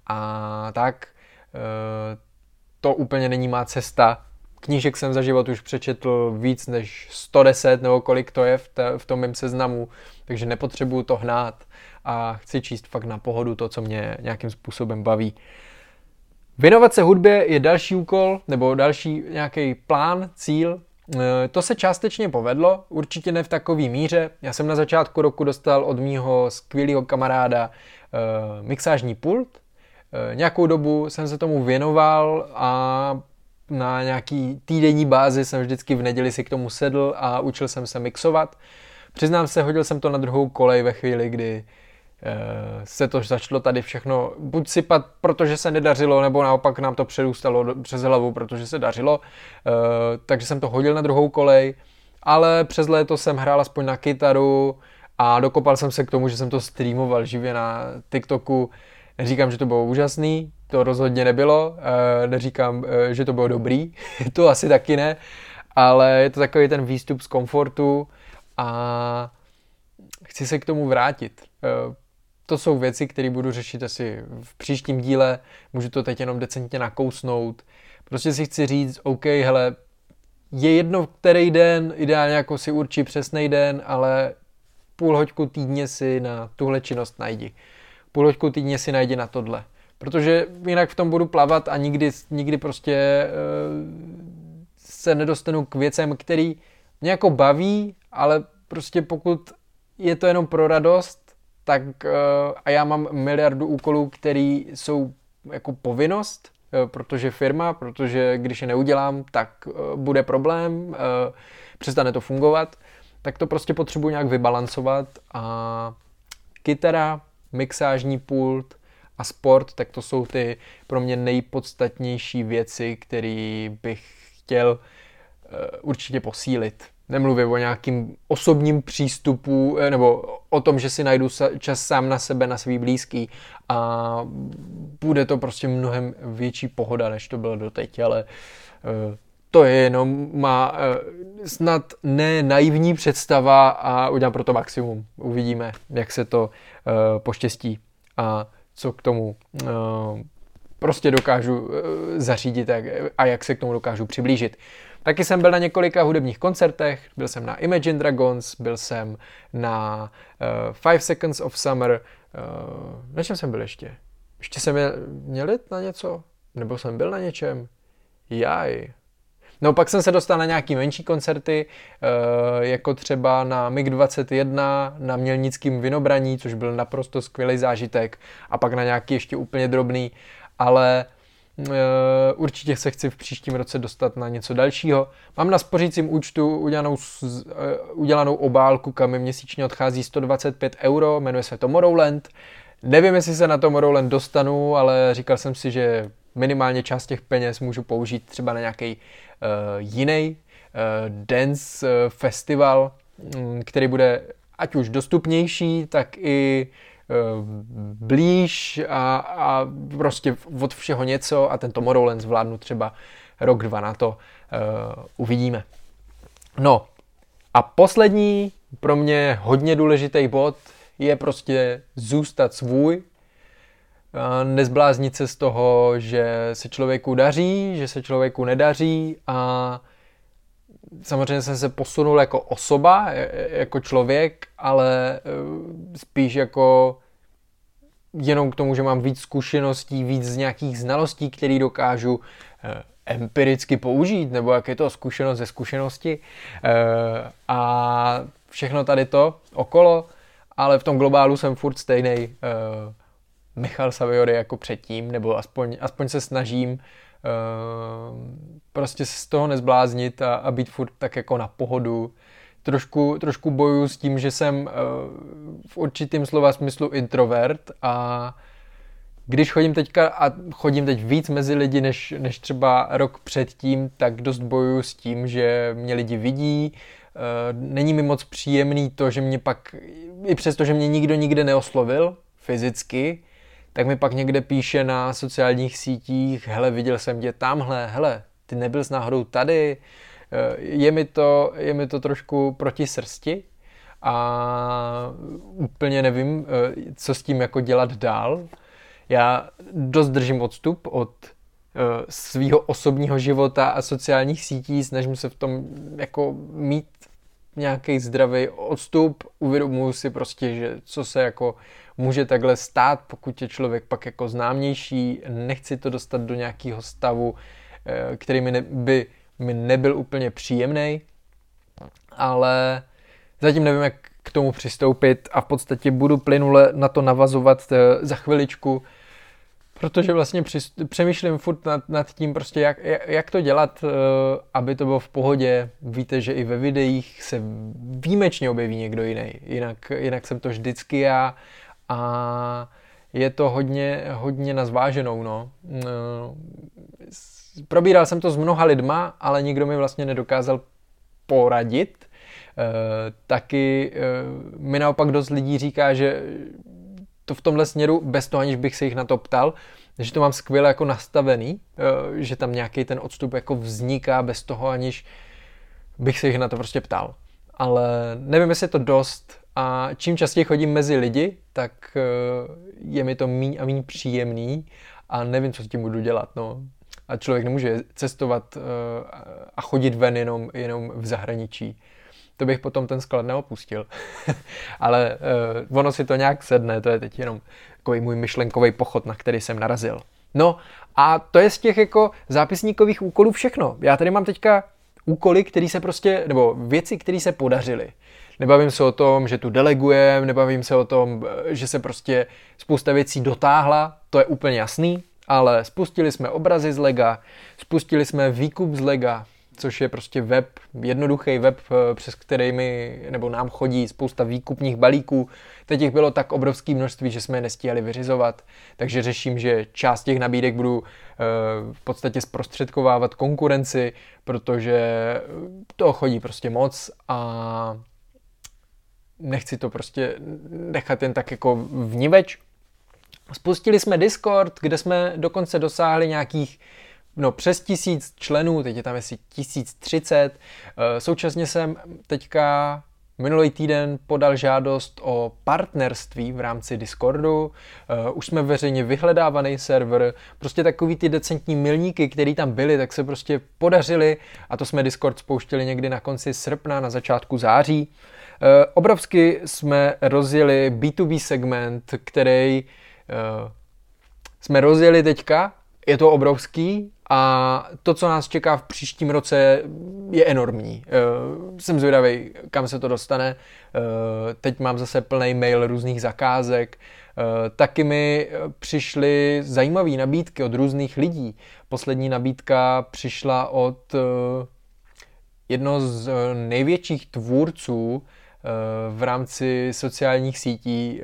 a tak. Uh, to úplně není má cesta. Knížek jsem za život už přečetl víc než sto deset, nebo kolik to je v, te, v tom mém seznamu, takže nepotřebuju to hnát a chci číst fakt na pohodu to, co mě nějakým způsobem baví. Věnovat se hudbě je další úkol, nebo další nějaký plán, cíl. To se částečně povedlo, určitě ne v takové míře. Já jsem na začátku roku dostal od mýho skvělého kamaráda uh, mixážní pult. Uh, nějakou dobu jsem se tomu věnoval a na nějaký týdenní bázi jsem vždycky v neděli si k tomu sedl a učil jsem se mixovat. Přiznám se, hodil jsem to na druhou kolej ve chvíli, kdy se to začalo tady všechno buď sypat, protože se nedařilo, nebo naopak nám to přerůstalo přes hlavu, protože se dařilo. Takže jsem to hodil na druhou kolej, ale přes léto jsem hrál aspoň na kytaru a dokopal jsem se k tomu, že jsem to streamoval živě na TikToku. Neříkám, že to bylo úžasný, to rozhodně nebylo, neříkám, že to bylo dobrý, to asi taky ne, ale je to takový ten výstup z komfortu a chci se k tomu vrátit. To jsou věci, které budu řešit asi v příštím díle, můžu to teď jenom decentně nakousnout. Prostě si chci říct, OK, hele, je jedno, který den, ideálně jako si určí přesnej den, ale půl hoďku týdně si na tuhle činnost najdi. Půl hoďku týdně si najdi na tohle. Protože jinak v tom budu plavat a nikdy, nikdy prostě uh, se nedostanu k věcem, který mě jako baví, ale prostě pokud je to jenom pro radost, tak uh, a já mám miliardu úkolů, které jsou jako povinnost, uh, protože firma, protože když je neudělám, tak uh, bude problém, uh, přestane to fungovat, tak to prostě potřebuji nějak vybalancovat a kytara, mixážní pult a sport, tak to jsou ty pro mě nejpodstatnější věci, které bych chtěl uh, určitě posílit. Nemluvím o nějakým osobním přístupu nebo o tom, že si najdu čas sám na sebe, na svý blízký a bude to prostě mnohem větší pohoda, než to bylo doteď, ale uh, to je jenom má uh, snad ne naivní představa a udělám pro to maximum. Uvidíme, jak se to uh, poštěstí a co k tomu uh, prostě dokážu uh, zařídit a jak se k tomu dokážu přiblížit. Taky jsem byl na několika hudebních koncertech, byl jsem na Imagine Dragons, byl jsem na uh, Five Seconds of Summer, uh, na čem jsem byl ještě? Ještě jsem měl jít na něco? Nebo jsem byl na něčem? Jaj. No pak jsem se dostal na nějaký menší koncerty, uh, jako třeba na M I G dvacet jedna, na Mělnickém Vinobraní, což byl naprosto skvělý zážitek, a pak na nějaký ještě úplně drobný, ale Uh, určitě se chci v příštím roce dostat na něco dalšího. Mám na spořícím účtu udělanou, uh, udělanou obálku, kam mi měsíčně odchází sto dvacet pět euro, jmenuje se Tomorrowland. Nevím, jestli se na Tomorrowland dostanu, ale říkal jsem si, že minimálně část těch peněz můžu použít třeba na nějaký uh, jiný uh, dance uh, festival, um, který bude ať už dostupnější, tak i blíž a, a prostě od všeho něco a ten Tomorrowland zvládnu třeba rok, dva na to, uh, uvidíme. No a poslední pro mě hodně důležitý bod je prostě zůstat svůj, nezbláznit se z toho, že se člověku daří, že se člověku nedaří a samozřejmě jsem se posunul jako osoba, jako člověk, ale spíš jako jenom k tomu, že mám víc zkušeností, víc z nějakých znalostí, které dokážu empiricky použít, nebo jak je to zkušenost ze zkušenosti a všechno tady to okolo, ale v tom globálu jsem furt stejnej Michal Saviory jako předtím, nebo aspoň, aspoň se snažím uh, prostě se z toho nezbláznit a, a být furt tak jako na pohodu. Trošku, trošku bojuju s tím, že jsem uh, v určitým slova smyslu introvert a když chodím teďka a chodím teď víc mezi lidi než, než třeba rok předtím, tak dost bojuju s tím, že mě lidi vidí. Uh, není mi moc příjemný to, že mě pak, i přesto, že mě nikdo nikde neoslovil fyzicky, tak mi pak někde píše na sociálních sítích, hele, viděl jsem tě tamhle, hele, ty nebyl s náhodou tady, je mi to, je mi to trošku proti srsti a úplně nevím, co s tím jako dělat dál. Já dost držím odstup od svého osobního života a sociálních sítí, snažím se v tom jako mít nějaký zdravý odstup, uvědomuji si prostě, že co se jako může takhle stát, pokud je člověk pak jako známější, nechci to dostat do nějakého stavu, který mi ne, by mi nebyl úplně příjemný, ale zatím nevím, jak k tomu přistoupit a v podstatě budu plynule na to navazovat za chviličku, protože vlastně přemýšlím furt nad, nad tím prostě, jak, jak to dělat, aby to bylo v pohodě. Víte, že i ve videích se výjimečně objeví někdo jiný, jinak, jinak jsem to vždycky já a je to hodně, hodně na zváženou, no. Probíral jsem to s mnoha lidma, ale nikdo mi vlastně nedokázal poradit. Taky mi naopak dost lidí říká, že to v tomhle směru, bez toho, aniž bych se jich na to ptal, že to mám skvěle jako nastavený, že tam nějaký ten odstup jako vzniká bez toho, aniž bych se jich na to prostě ptal. Ale nevím, jestli je to dost a čím častěji chodím mezi lidi, tak je mi to míň a míň příjemný a nevím, co s tím budu dělat, no. A člověk nemůže cestovat a chodit ven jenom, jenom v zahraničí. To bych potom ten sklad neopustil. Ale uh, ono si to nějak sedne, to je teď jenom takový můj myšlenkový pochod, na který jsem narazil. No a to je z těch jako zápisníkových úkolů všechno. Já tady mám teďka úkoly, které se prostě, nebo věci, které se podařily. Nebavím se o tom, že tu delegujem, nebavím se o tom, že se prostě spousta věcí dotáhla, to je úplně jasný, ale spustili jsme obrazy z Lega, spustili jsme výkup z Lega, což je prostě web, jednoduchý web, přes který mi, nebo nám chodí spousta výkupních balíků. Teď jich bylo tak obrovské množství, že jsme je nestíhali vyřizovat, takže řeším, že část těch nabídek budu v podstatě zprostředkovávat konkurenci, protože toho chodí prostě moc a nechci to prostě nechat jen tak jako vniveč. Spustili jsme Discord, kde jsme dokonce dosáhli nějakých no přes tisíc členů, teď je tam asi tisíc třicet. Současně jsem teďka minulý týden podal žádost o partnerství v rámci Discordu. Už jsme veřejně vyhledávaný server. Prostě takový ty decentní milníky, které tam byly, tak se prostě podařily a to jsme Discord spouštěli někdy na konci srpna, na začátku září. Obrovsky jsme rozjeli bé dvě bé segment, který jsme rozjeli teďka. Je to obrovský a to, co nás čeká v příštím roce, je enormní. Jsem zvědavý, kam se to dostane. Teď mám zase plný mail různých zakázek. Taky mi přišly zajímavé nabídky od různých lidí. Poslední nabídka přišla od jednoho z největších tvůrců v rámci sociálních sítí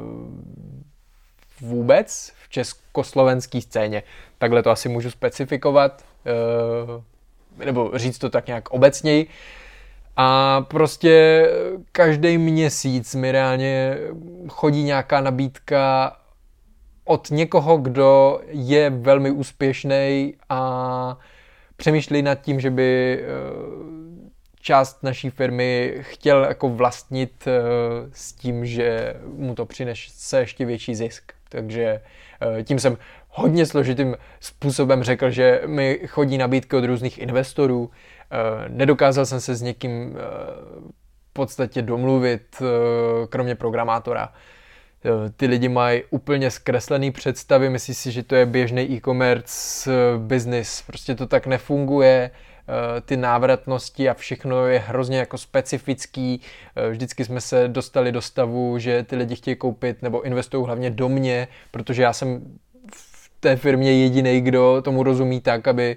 vůbec v československé scéně. Takhle to asi můžu specifikovat, nebo říct to tak nějak obecněji. A prostě každý měsíc mi reálně chodí nějaká nabídka od někoho, kdo je velmi úspěšný a přemýšlí nad tím, že by část naší firmy chtěl jako vlastnit s tím, že mu to přinese ještě větší zisk. Takže tím jsem hodně složitým způsobem řekl, že mi chodí nabídky od různých investorů. Nedokázal jsem se s někým v podstatě domluvit, kromě programátora. Ty lidi mají úplně zkreslený představy, myslí si, že to je běžný e-commerce business. Prostě to tak nefunguje, ty návratnosti a všechno je hrozně jako specifický. Vždycky jsme se dostali do stavu, že ty lidi chtějí koupit nebo investují hlavně do mě, protože já jsem v té firmě jedinej, kdo tomu rozumí tak, aby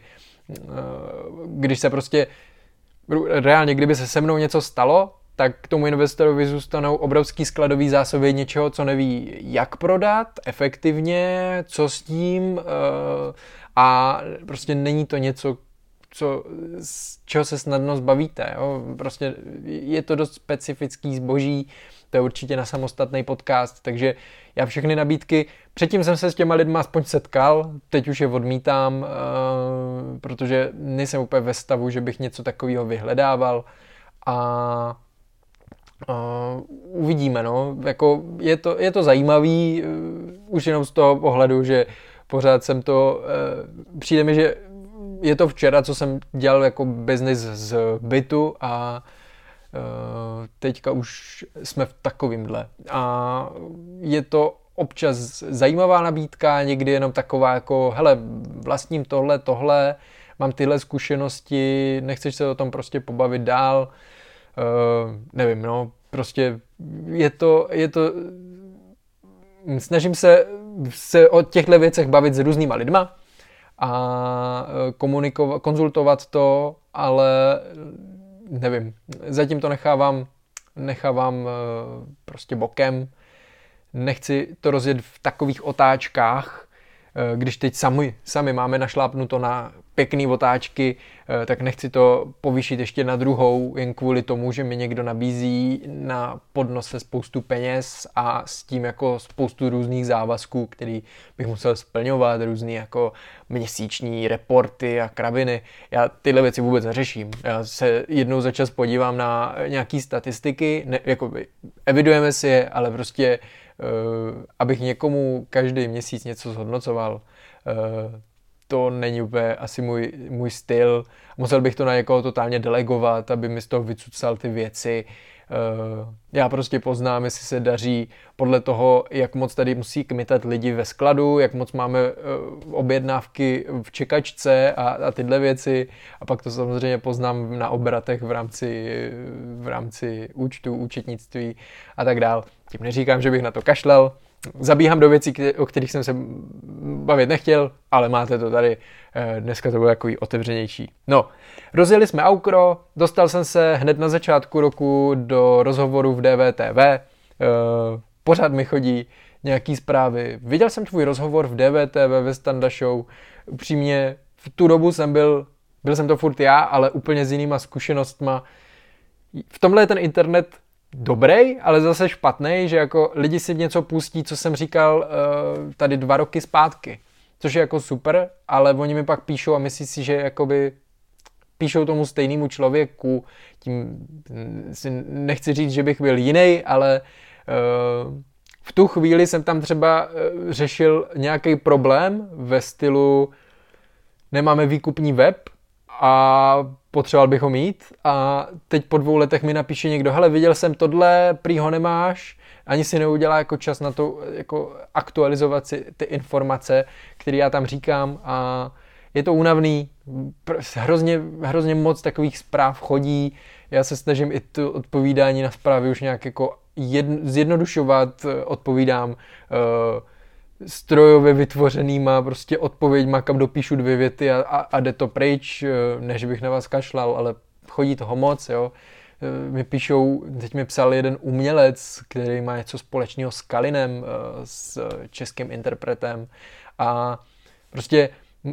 když se prostě reálně, kdyby se se mnou něco stalo, tak k tomu investorovi zůstanou obrovský skladový zásoby něčeho, co neví, jak prodat efektivně, co s tím a prostě není to něco, co, z čeho se snadno zbavíte. Jo? Prostě je to dost specifický zboží, to je určitě na samostatný podcast, takže já všechny nabídky, předtím jsem se s těma lidma aspoň setkal, teď už je odmítám, uh, protože nejsem úplně ve stavu, že bych něco takového vyhledával a uh, uvidíme, no, jako je to, je to zajímavý, uh, už jenom z toho pohledu, že pořád jsem to, uh, přijde mi, že je to včera, co jsem dělal jako business z bytu a uh, teďka už jsme v takovýmhle. A je to občas zajímavá nabídka, někdy jenom taková jako, hele, vlastním tohle, tohle, mám tyhle zkušenosti, nechceš se o tom prostě pobavit dál, uh, nevím, no, prostě je to, je to, snažím se, se o těchto věcech bavit s různýma lidma, a komunikovat, konzultovat to, ale nevím, zatím to nechávám, nechávám prostě bokem. Nechci to rozjet v takových otáčkách, když teď sami, sami máme našlápnuto na pěkný otáčky, tak nechci to povýšit ještě na druhou, jen kvůli tomu, že mi někdo nabízí na podnose spoustu peněz a s tím jako spoustu různých závazků, který bych musel splňovat, různý jako měsíční reporty a kraviny. Já tyhle věci vůbec neřeším. Já se jednou za čas podívám na nějaký statistiky, ne, jako evidujeme si je, ale prostě Uh, abych někomu každý měsíc něco zhodnocoval, uh, to není úplně asi můj, můj styl. Musel bych to na někoho totálně delegovat, aby mi z toho vycucal ty věci. Uh, já prostě poznám, jestli se daří podle toho, jak moc tady musí kmitat lidi ve skladu, jak moc máme uh, objednávky v čekačce a, a tyhle věci. A pak to samozřejmě poznám na obratech v rámci, v rámci účtu, účetnictví a tak dál. Tím neříkám, že bych na to kašlal. Zabíhám do věcí, o kterých jsem se bavit nechtěl, ale máte to tady. Dneska to bylo takový otevřenější. No, rozjeli jsme Aukro, dostal jsem se hned na začátku roku do rozhovoru v D V T V. Pořád mi chodí nějaký zprávy. Viděl jsem tvůj rozhovor v D V T V ve Standa Show. Upřímně, v tu dobu jsem byl, byl jsem to furt já, ale úplně s jinýma zkušenostma. V tomhle je ten internet dobrý, ale zase špatný, že jako lidi si něco pustí, co jsem říkal uh, tady dva roky zpátky. Což je jako super, ale oni mi pak píšou a myslí si, že jakoby píšou tomu stejnému člověku. Tím si nechci říct, že bych byl jiný, ale uh, v tu chvíli jsem tam třeba uh, řešil nějaký problém ve stylu nemáme výkupní web a potřeboval bych ho mít a teď po dvou letech mi napíše někdo, hele, viděl jsem tohle, prý ho nemáš, ani si neudělá jako čas na to jako aktualizovat si ty informace, které já tam říkám a je to únavný, hrozně, hrozně moc takových zpráv chodí, já se snažím i to odpovídání na zprávy už nějak jako jedn, zjednodušovat, odpovídám uh, strojově vytvořenýma prostě odpověďma, kam dopíšu dvě věty a, a, a jde to pryč, ne, že bych na vás kašlal, ale chodí toho moc, jo. Mi píšou, teď mi psal jeden umělec, který má něco společného s Kalinem, s českým interpretem a prostě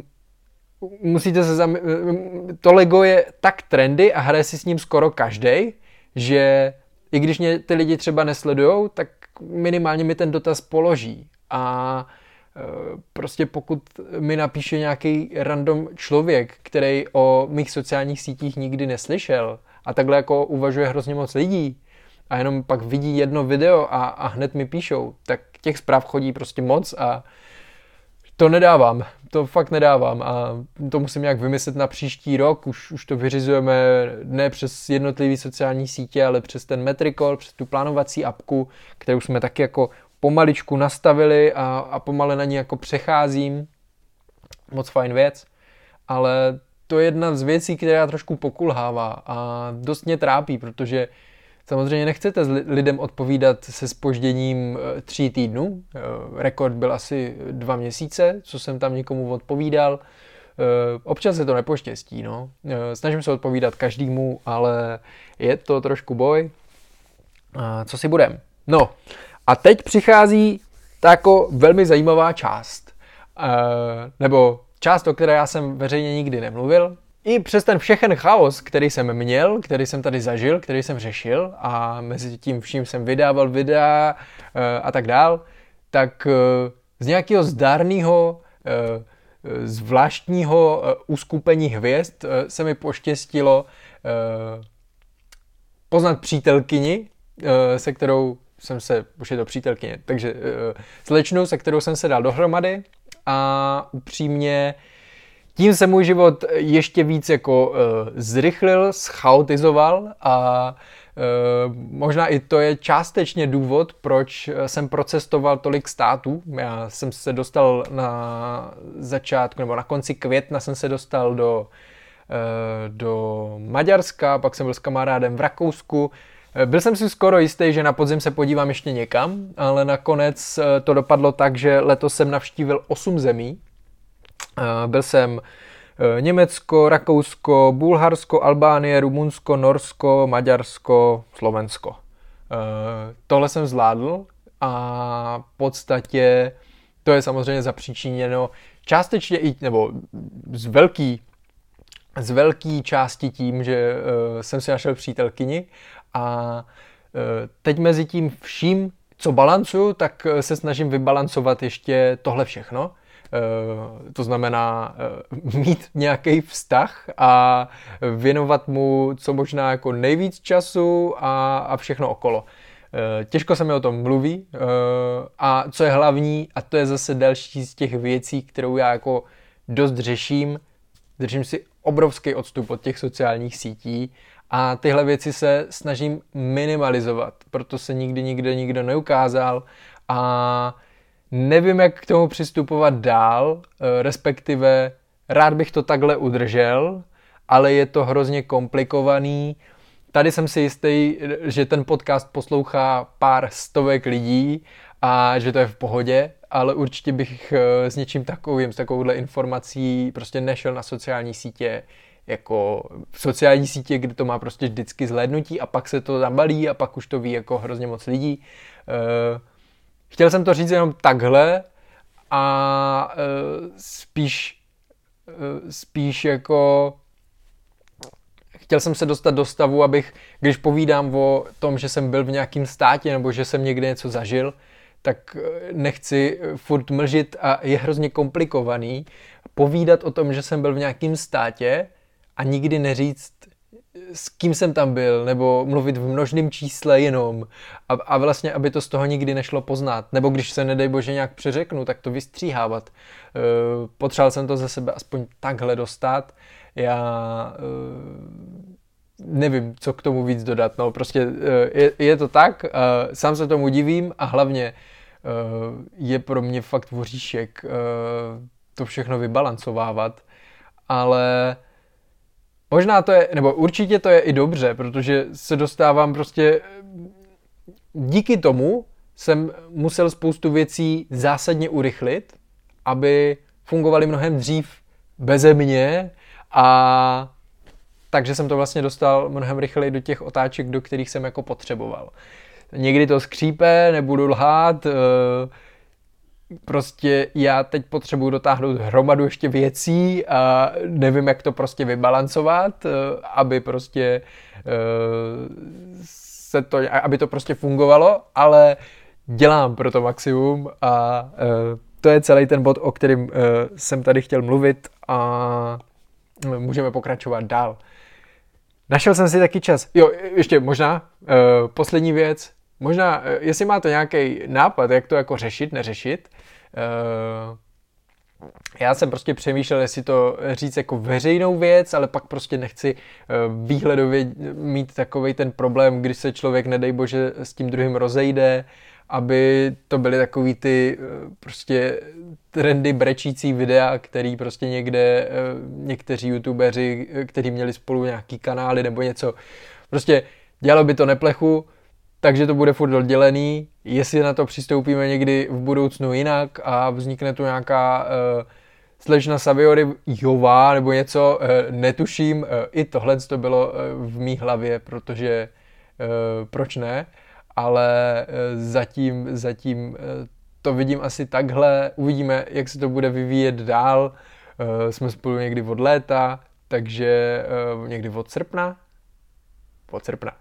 musíte se zam... to Lego je tak trendy a hraje si s ním skoro každej, že i když mě ty lidi třeba nesledujou, tak minimálně mi ten dotaz položí. A prostě pokud mi napíše nějaký random člověk, který o mých sociálních sítích nikdy neslyšel a takhle jako uvažuje hrozně moc lidí a jenom pak vidí jedno video a, a hned mi píšou, tak těch zpráv chodí prostě moc a to nedávám, to fakt nedávám a to musím nějak vymyslet na příští rok, už, už to vyřizujeme ne přes jednotlivé sociální sítě, ale přes ten Metricol, přes tu plánovací apku, kterou jsme taky jako pomaličku nastavili a, a pomale na ní jako přecházím. Moc fajn věc, ale to je jedna z věcí, která trošku pokulhává a dost mě trápí, protože samozřejmě nechcete lidem odpovídat se zpožděním tří týdnů. Rekord byl asi dva měsíce, co jsem tam někomu odpovídal. Občas se to nepoštěstí, no. Snažím se odpovídat každému, ale je to trošku boj. Co si budem? No a teď přichází ta jako velmi zajímavá část. Nebo část, o které já jsem veřejně nikdy nemluvil. I přes ten všechen chaos, který jsem měl, který jsem tady zažil, který jsem řešil a mezi tím vším jsem vydával videa a tak dál, tak z nějakého zdárného, zvláštního uskupení hvězd se mi poštěstilo poznat přítelkyni, se kterou jsem se, už je to přítelkyně, takže slečnu, se kterou jsem se dal dohromady a upřímně tím se můj život ještě víc jako uh, zrychlil, schaotizoval a uh, možná i to je částečně důvod, proč jsem procestoval tolik států. Já jsem se dostal na začátku, nebo na konci května jsem se dostal do, uh, do Maďarska, pak jsem byl s kamarádem v Rakousku. Byl jsem si skoro jistý, že na podzim se podívám ještě někam, ale nakonec to dopadlo tak, že letos jsem navštívil osm zemí. Byl jsem Německo, Rakousko, Bulharsko, Albánie, Rumunsko, Norsko, Maďarsko, Slovensko. Tohle jsem zvládl a v podstatě to je samozřejmě zapříčiněno částečně i, nebo z velký, z velký části tím, že jsem si našel přítelkyni a teď mezi tím vším, co balancuju, tak se snažím vybalancovat ještě tohle všechno. Uh, to znamená uh, mít nějaký vztah a věnovat mu co možná jako nejvíc času a, a všechno okolo. Uh, těžko se mi o tom mluví uh, a co je hlavní, a to je zase další z těch věcí, kterou já jako dost řeším, držím si obrovský odstup od těch sociálních sítí a tyhle věci se snažím minimalizovat, proto se nikdy nikde nikdo neukázal a nevím, jak k tomu přistupovat dál, respektive rád bych to takhle udržel, ale je to hrozně komplikovaný. Tady jsem si jistý, že ten podcast poslouchá pár stovek lidí a že to je v pohodě, ale určitě bych s něčím takovým, s takovouhle informací prostě nešel na sociální sítě, jako sociální sítě, kde to má prostě vždycky zhlédnutí a pak se to zabalí a pak už to ví jako hrozně moc lidí. Chtěl jsem to říct jenom takhle a uh, spíš, uh, spíš jako chtěl jsem se dostat do stavu, abych, když povídám o tom, že jsem byl v nějakém státě nebo že jsem někde něco zažil, tak nechci furt mlžit a je hrozně komplikovaný povídat o tom, že jsem byl v nějakém státě a nikdy neříct, s kým jsem tam byl, nebo mluvit v množném čísle jenom a, a vlastně, aby to z toho nikdy nešlo poznat. Nebo když se, nedej bože, nějak přeřeknu, tak to vystříhávat. E, potřeboval jsem to ze sebe aspoň takhle dostat. Já e, nevím, co k tomu víc dodat. No, prostě e, je, je to tak, e, sám se tomu divím a hlavně e, je pro mě fakt voříšek e, to všechno vybalancovávat. Ale možná to je, nebo určitě to je i dobře, protože se dostávám prostě, díky tomu jsem musel spoustu věcí zásadně urychlit, aby fungovaly mnohem dřív beze mě a takže jsem to vlastně dostal mnohem rychleji do těch otáček, do kterých jsem jako potřeboval. Někdy to skřípe, nebudu lhát, prostě já teď potřebuji dotáhnout hromadu ještě věcí a nevím, jak to prostě vybalancovat, aby prostě se to, aby to prostě fungovalo, ale dělám pro to maximum a to je celý ten bod, o kterým jsem tady chtěl mluvit a můžeme pokračovat dál. Našel jsem si taky čas. Jo, ještě možná, uh, poslední věc. Možná, uh, jestli máte nějaký nápad, jak to jako řešit, neřešit. Uh, já jsem prostě přemýšlel, jestli to říct jako veřejnou věc, ale pak prostě nechci uh, výhledově mít takovej ten problém, když se člověk, nedej bože, s tím druhým rozejde, aby to byly takový ty uh, prostě trendy brečící videa, který prostě někde uh, někteří youtubeři, kteří měli spolu nějaký kanály nebo něco, prostě dělalo by to neplechu, takže to bude furt oddělený. Jestli na to přistoupíme někdy v budoucnu jinak a vznikne tu nějaká uh, slečna Savioryová nebo něco, uh, netuším. Uh, I tohle to bylo uh, v mý hlavě, protože uh, proč ne, ale uh, zatím, zatím uh, to vidím asi takhle. Uvidíme, jak se to bude vyvíjet dál. Uh, jsme spolu někdy od léta, takže uh, někdy od srpna. Od srpna.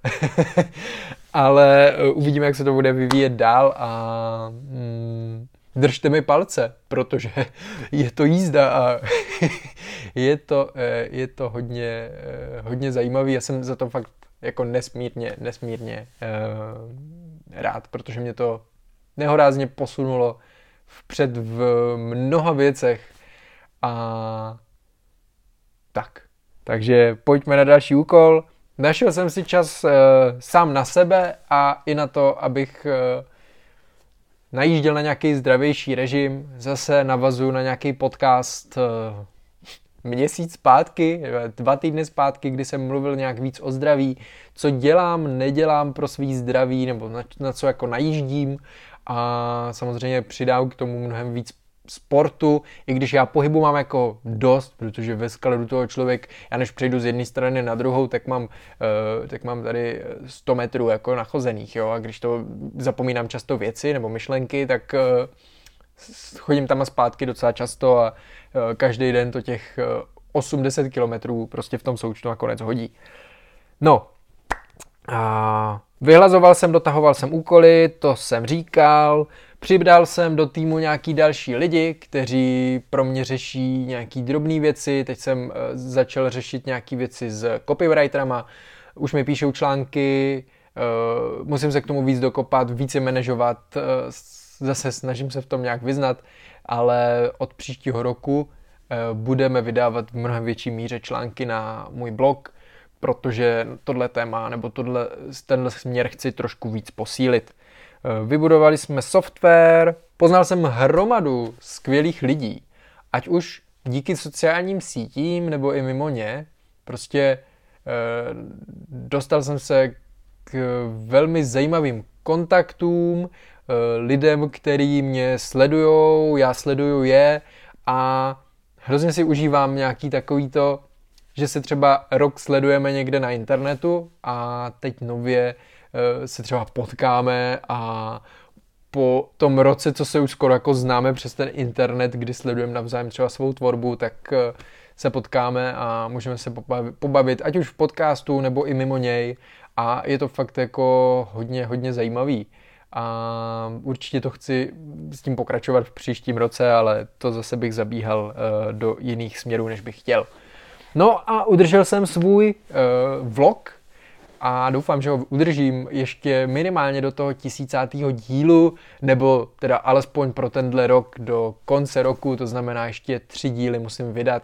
Ale uvidíme, jak se to bude vyvíjet dál a mm, držte mi palce, protože je to jízda a je to, je to hodně, hodně zajímavý. Já jsem za to fakt jako nesmírně, nesmírně uh, rád, protože mě to nehorázně posunulo vpřed v mnoha věcech a tak. Takže pojďme na další úkol. Našel jsem si čas uh, sám na sebe a i na to, abych uh, najížděl na nějaký zdravější režim. Zase navazuju na nějaký podcast uh, měsíc zpátky, dva týdny zpátky, kdy jsem mluvil nějak víc o zdraví, co dělám, nedělám pro svý zdraví, nebo na, na co jako najíždím a samozřejmě přidám k tomu mnohem víc sportu, i když já pohybu mám jako dost, protože ve skladu toho člověk, já než přejdu z jedné strany na druhou, tak mám, uh, tak mám tady sto metrů jako nachozených, jo, a když to zapomínám často věci nebo myšlenky, tak uh, chodím tam a zpátky docela často a uh, každý den to těch uh, osm deset kilometrů prostě v tom součtu nakonec hodí. No, a vyhlazoval jsem, dotahoval jsem úkoly, to jsem říkal. Přibral jsem do týmu nějaký další lidi, kteří pro mě řeší nějaký drobné věci. Teď jsem uh, začal řešit nějaké věci s copywriterama. Už mi píšou články, uh, musím se k tomu víc dokopat, více manažovat. Uh, zase snažím se v tom nějak vyznat, ale od příštího roku uh, budeme vydávat v mnohem větší míře články na můj blog, protože tohle téma nebo tohle, tenhle směr chci trošku víc posílit. Vybudovali jsme software, poznal jsem hromadu skvělých lidí, ať už díky sociálním sítím nebo i mimo ně. Prostě e, dostal jsem se k velmi zajímavým kontaktům, e, lidem, který mě sledujou, já sleduju je a hrozně si užívám nějaký takový to, že se třeba rok sledujeme někde na internetu a teď nově se třeba potkáme a po tom roce, co se už skoro jako známe přes ten internet, kdy sledujeme navzájem třeba svou tvorbu, tak se potkáme a můžeme se pobavit, ať už v podcastu nebo i mimo něj a je to fakt jako hodně, hodně zajímavý. A určitě to chci s tím pokračovat v příštím roce, ale to zase bych zabíhal do jiných směrů, než bych chtěl. No a udržel jsem svůj uh, vlog a doufám, že ho udržím ještě minimálně do toho tisícátého dílu, nebo teda alespoň pro tenhle rok do konce roku, to znamená ještě tři díly musím vydat,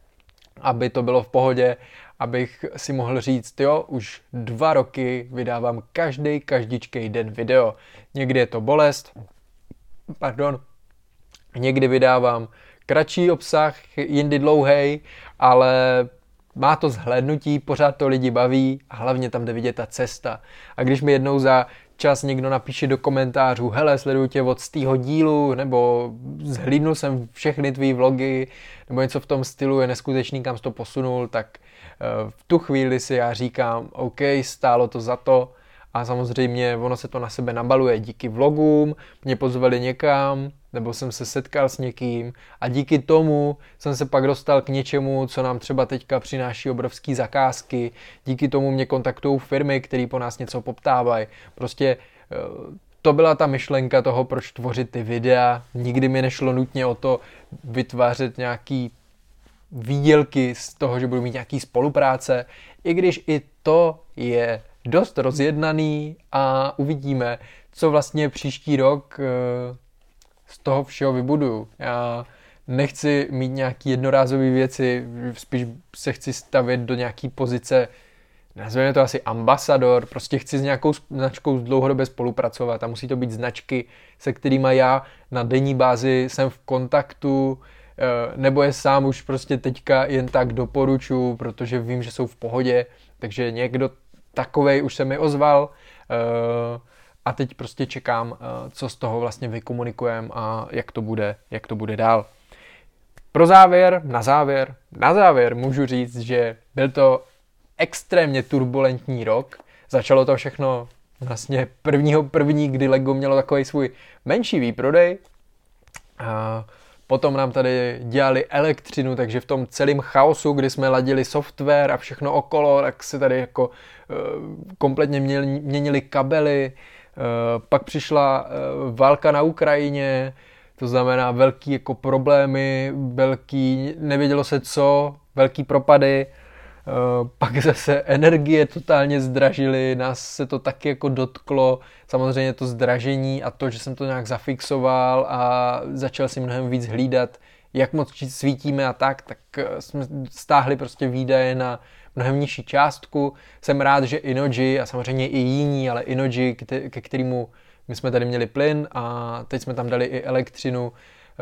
aby to bylo v pohodě, abych si mohl říct, jo, už dva roky vydávám každý, každičkej den video. Někdy je to bolest, pardon, někdy vydávám kratší obsah, jindy dlouhej, ale má to zhlédnutí, pořád to lidi baví a hlavně tam jde vidět ta cesta. A když mi jednou za čas někdo napíše do komentářů, hele, sleduju tě od stého dílu, nebo zhlídnul jsem všechny tvý vlogy, nebo něco v tom stylu, je neskutečný, kam jsi to posunul, tak v tu chvíli si já říkám, OK, stálo to za to. A samozřejmě ono se to na sebe nabaluje díky vlogům, mě pozvali někam, nebo jsem se setkal s někým a díky tomu jsem se pak dostal k něčemu, co nám třeba teďka přináší obrovský zakázky, díky tomu mě kontaktují firmy, které po nás něco poptávají. Prostě to byla ta myšlenka toho, proč tvořit ty videa. Nikdy mi nešlo nutně o to vytvářet nějaký výdělky z toho, že budu mít nějaký spolupráce. i když i to je dost rozjednaný a uvidíme, co vlastně příští rok z toho všeho vybuduju. Já nechci mít nějaký jednorázové věci, spíš se chci stavět do nějaký pozice, nazveme to asi ambasador, prostě chci s nějakou značkou dlouhodobě spolupracovat a musí to být značky, se kterými já na denní bázi jsem v kontaktu, nebo je sám už prostě teďka jen tak doporučuji, protože vím, že jsou v pohodě, takže někdo takovej už se mi ozval a teď prostě čekám, co z toho vlastně vykomunikujeme a jak to bude, jak to bude dál. Pro závěr, na závěr, na závěr můžu říct, že byl to extrémně turbulentní rok. Začalo to všechno vlastně prvního první, kdy Lego mělo takový svůj menší výprodej. A potom nám tady dělali elektřinu, takže v tom celém chaosu, kdy jsme ladili software a všechno okolo, tak se tady jako uh, kompletně měli, měnili kabely. Uh, pak přišla uh, válka na Ukrajině, to znamená velký jako problémy, velký, nevědělo se co, velký propady. Uh, pak zase energie totálně zdražily, nás se to taky jako dotklo, samozřejmě to zdražení a to, že jsem to nějak zafixoval a začal si mnohem víc hlídat, jak moc svítíme a tak, tak jsme stáhli prostě výdaje na mnohem nižší částku. Jsem rád, že Innogy a samozřejmě i jiní, ale Innogy, ke kterému my jsme tady měli plyn a teď jsme tam dali i elektřinu,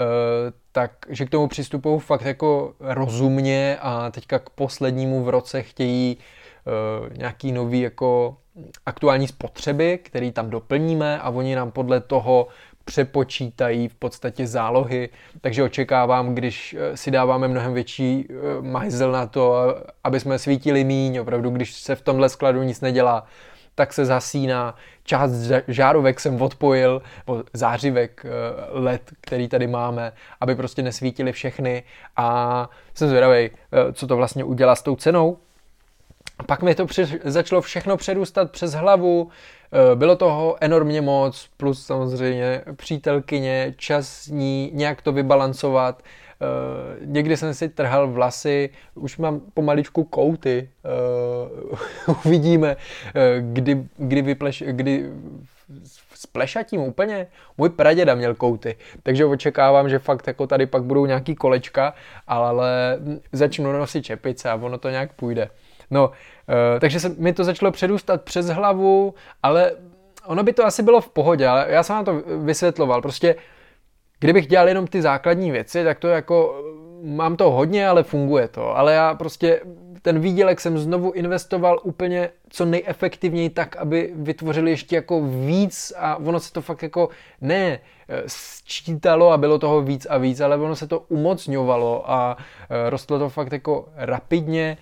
takže k tomu přistupují fakt jako rozumně a teďka k poslednímu v roce chtějí nějaký nový jako aktuální spotřeby, který tam doplníme a oni nám podle toho přepočítají v podstatě zálohy, takže očekávám, když si dáváme mnohem větší majzel na to, aby jsme svítili míň, opravdu, když se v tomhle skladu nic nedělá, tak se zasíná. Část žárovek jsem odpojil, nebo zářivek el é dé, který tady máme, aby prostě nesvítily všechny a jsem zvědavej, co to vlastně udělá s tou cenou. Pak mi to při, začalo všechno předůstat přes hlavu, bylo toho enormně moc, plus samozřejmě přítelkyně, čas s ní, nějak to vybalancovat. Uh, někdy jsem si trhal vlasy, už mám pomaličku kouty, uh, uvidíme, uh, kdy, kdy, vypleš, kdy splešatím úplně. Můj praděda měl kouty, takže očekávám, že fakt jako tady pak budou nějaký kolečka, ale začnu nosit čepice a ono to nějak půjde. No, uh, takže se mi to začalo předůstat přes hlavu, ale ono by to asi bylo v pohodě, ale já jsem vám to vysvětloval, prostě kdybych dělal jenom ty základní věci, tak to jako, mám to hodně, ale funguje to. Ale já prostě ten výdělek jsem znovu investoval úplně co nejefektivněji tak, aby vytvořili ještě jako víc a ono se to fakt jako ne sčítalo a bylo toho víc a víc, ale ono se to umocňovalo a rostlo to fakt jako rapidně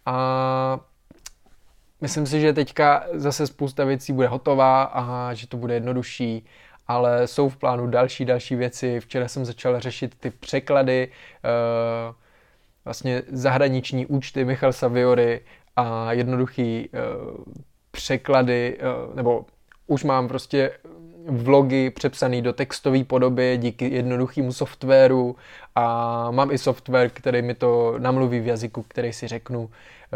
a myslím si, že teďka zase spousta věcí bude hotová a že to bude jednodušší. Ale jsou v plánu další, další věci. Včera jsem začal řešit ty překlady, vlastně zahraniční účty Michal Saviory a jednoduchý překlady, nebo už mám prostě vlogy přepsaný do textové podoby díky jednoduchému softwaru a mám i software, který mi to namluví v jazyku, který si řeknu.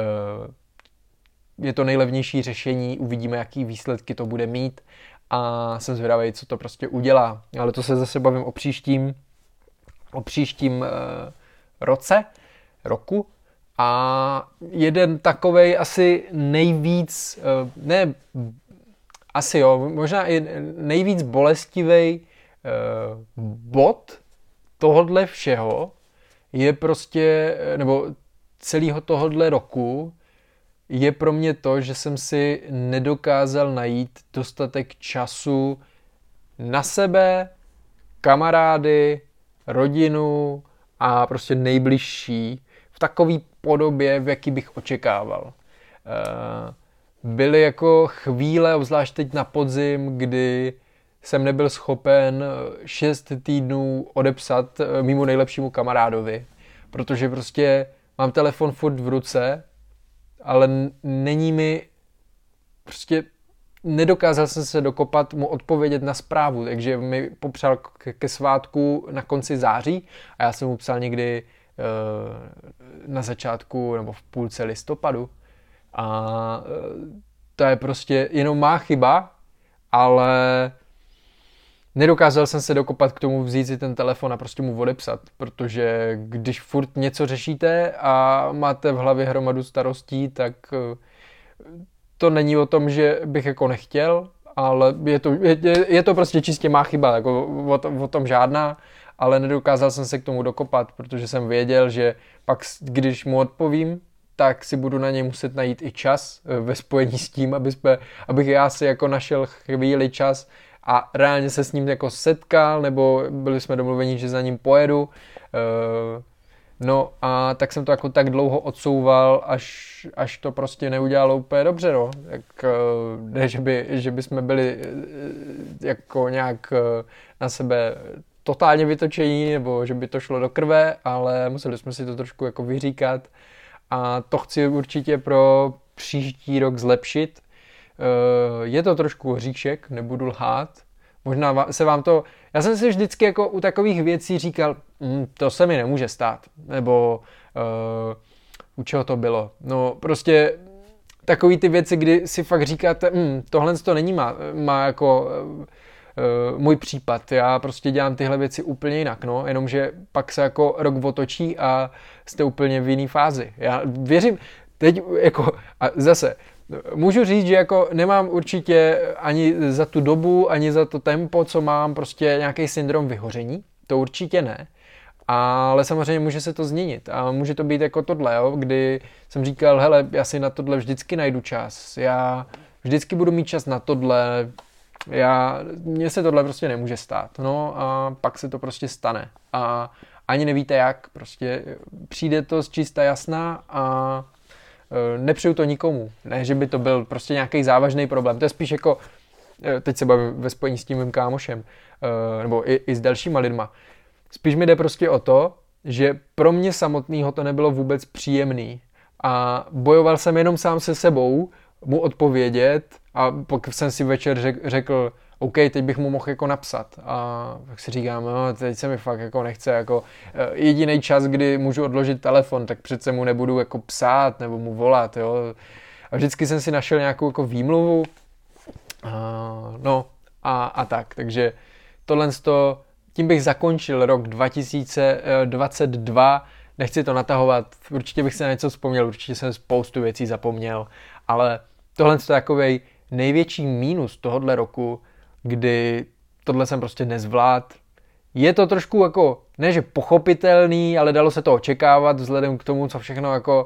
Je to nejlevnější řešení, uvidíme, jaký výsledky to bude mít. A jsem zvědavý, co to prostě udělá. Ale to se zase bavím o příštím, o příštím e, roce, roku. A jeden takovej asi nejvíc, e, ne, asi jo, možná i nejvíc bolestivý e, bod tohodle všeho je prostě, nebo celého tohodle roku, je pro mě to, že jsem si nedokázal najít dostatek času na sebe, kamarády, rodinu a prostě nejbližší v takové podobě, v jaký bych očekával. Byly jako chvíle, obzvlášť teď na podzim, kdy jsem nebyl schopen šest týdnů odepsat mému nejlepšímu kamarádovi, protože prostě mám telefon furt v ruce, ale není mi, prostě nedokázal jsem se dokopat mu odpovědět na zprávu, takže mi popřál ke, ke svátku na konci září a já jsem mu psal někdy e, na začátku nebo v půlce listopadu, A to je prostě jenom má chyba, ale nedokázal jsem se dokopat k tomu vzít si ten telefon a prostě mu odepsat, protože když furt něco řešíte a máte v hlavě hromadu starostí, tak to není o tom, že bych jako nechtěl, ale je to, je, je to prostě čistě má chyba, jako o, tom, o tom žádná, ale nedokázal jsem se k tomu dokopat, protože jsem věděl, že pak, když mu odpovím, tak si budu na něj muset najít i čas ve spojení s tím, aby jsme, abych já si jako našel chvíli čas a reálně se s ním jako setkal, nebo byli jsme domluveni, že za ním pojedu. No a tak jsem to jako tak dlouho odsouval, až, až to prostě neudělalo úplně dobře, no. Tak, ne, že by, že by jsme byli jako nějak na sebe totálně vytočení, nebo že by to šlo do krve, ale museli jsme si to trošku jako vyříkat. A to chci určitě pro příští rok zlepšit. Je to trošku hříšek, nebudu lhát. Možná se vám to... Já jsem si vždycky jako u takových věcí říkal, mm, to se mi nemůže stát. Nebo uh, u čeho to bylo. No prostě takový ty věci, kdy si fakt říkáte, mm, tohle to není má, má jako... Uh, Uh, můj případ. Já prostě dělám tyhle věci úplně jinak, no, jenomže pak se jako rok otočí a jste úplně v jiný fázi. Já věřím, teď jako, a zase, můžu říct, že jako nemám určitě ani za tu dobu, ani za to tempo, co mám, prostě nějaký syndrom vyhoření, to určitě ne, ale samozřejmě může se to změnit a může to být jako tohle, jo, kdy jsem říkal, hele, já si na tohle vždycky najdu čas, já vždycky budu mít čas na tohle, Já, mně se tohle prostě nemůže stát, no a pak se to prostě stane a ani nevíte jak, prostě přijde to z čista jasná a e, nepřeju to nikomu, ne, že by to byl prostě nějaký závažný problém, to je spíš jako, e, teď se bavím ve spojení s tím mým kámošem, e, nebo i, i s dalšíma lidma, spíš mi jde prostě o to, že pro mě samotného to nebylo vůbec příjemný a bojoval jsem jenom sám se sebou, mu odpovědět a pak jsem si večer řek, řekl, OK, teď bych mu mohl jako napsat a tak si říkám, no, teď se mi fakt jako nechce, jako jediný čas, kdy můžu odložit telefon, tak přece mu nebudu jako psát nebo mu volat, jo. A vždycky jsem si našel nějakou jako výmluvu, a, no a, a tak, takže tohle to, tím bych zakončil rok dva tisíce dvacet dva, nechci to natahovat, určitě bych se na něco vzpomněl, určitě jsem spoustu věcí zapomněl, ale tohle je takovej největší mínus tohohle roku, kdy tohle jsem prostě nezvlád. Je to trošku jako, ne že pochopitelný, ale dalo se to očekávat vzhledem k tomu, co všechno jako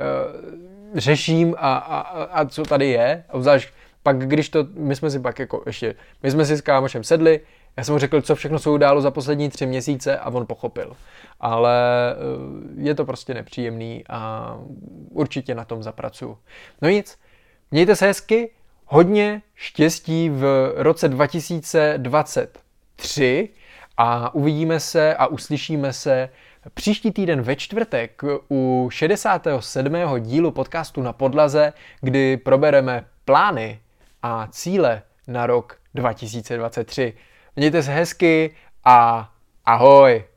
uh, řeším a, a, a co tady je. A zvlášť pak, když to, my jsme si pak jako ještě, my jsme si s kámošem sedli, já jsem mu řekl, co všechno se událo za poslední tři měsíce a on pochopil. Ale uh, je to prostě nepříjemný a určitě na tom zapracuju. No nic, mějte se hezky, hodně štěstí v roce dva tisíce dvacet tři a uvidíme se a uslyšíme se příští týden ve čtvrtek u šedesátého sedmého dílu podcastu Na podlaze, kdy probereme plány a cíle na rok dva tisíce dvacet tři. Mějte se hezky a ahoj!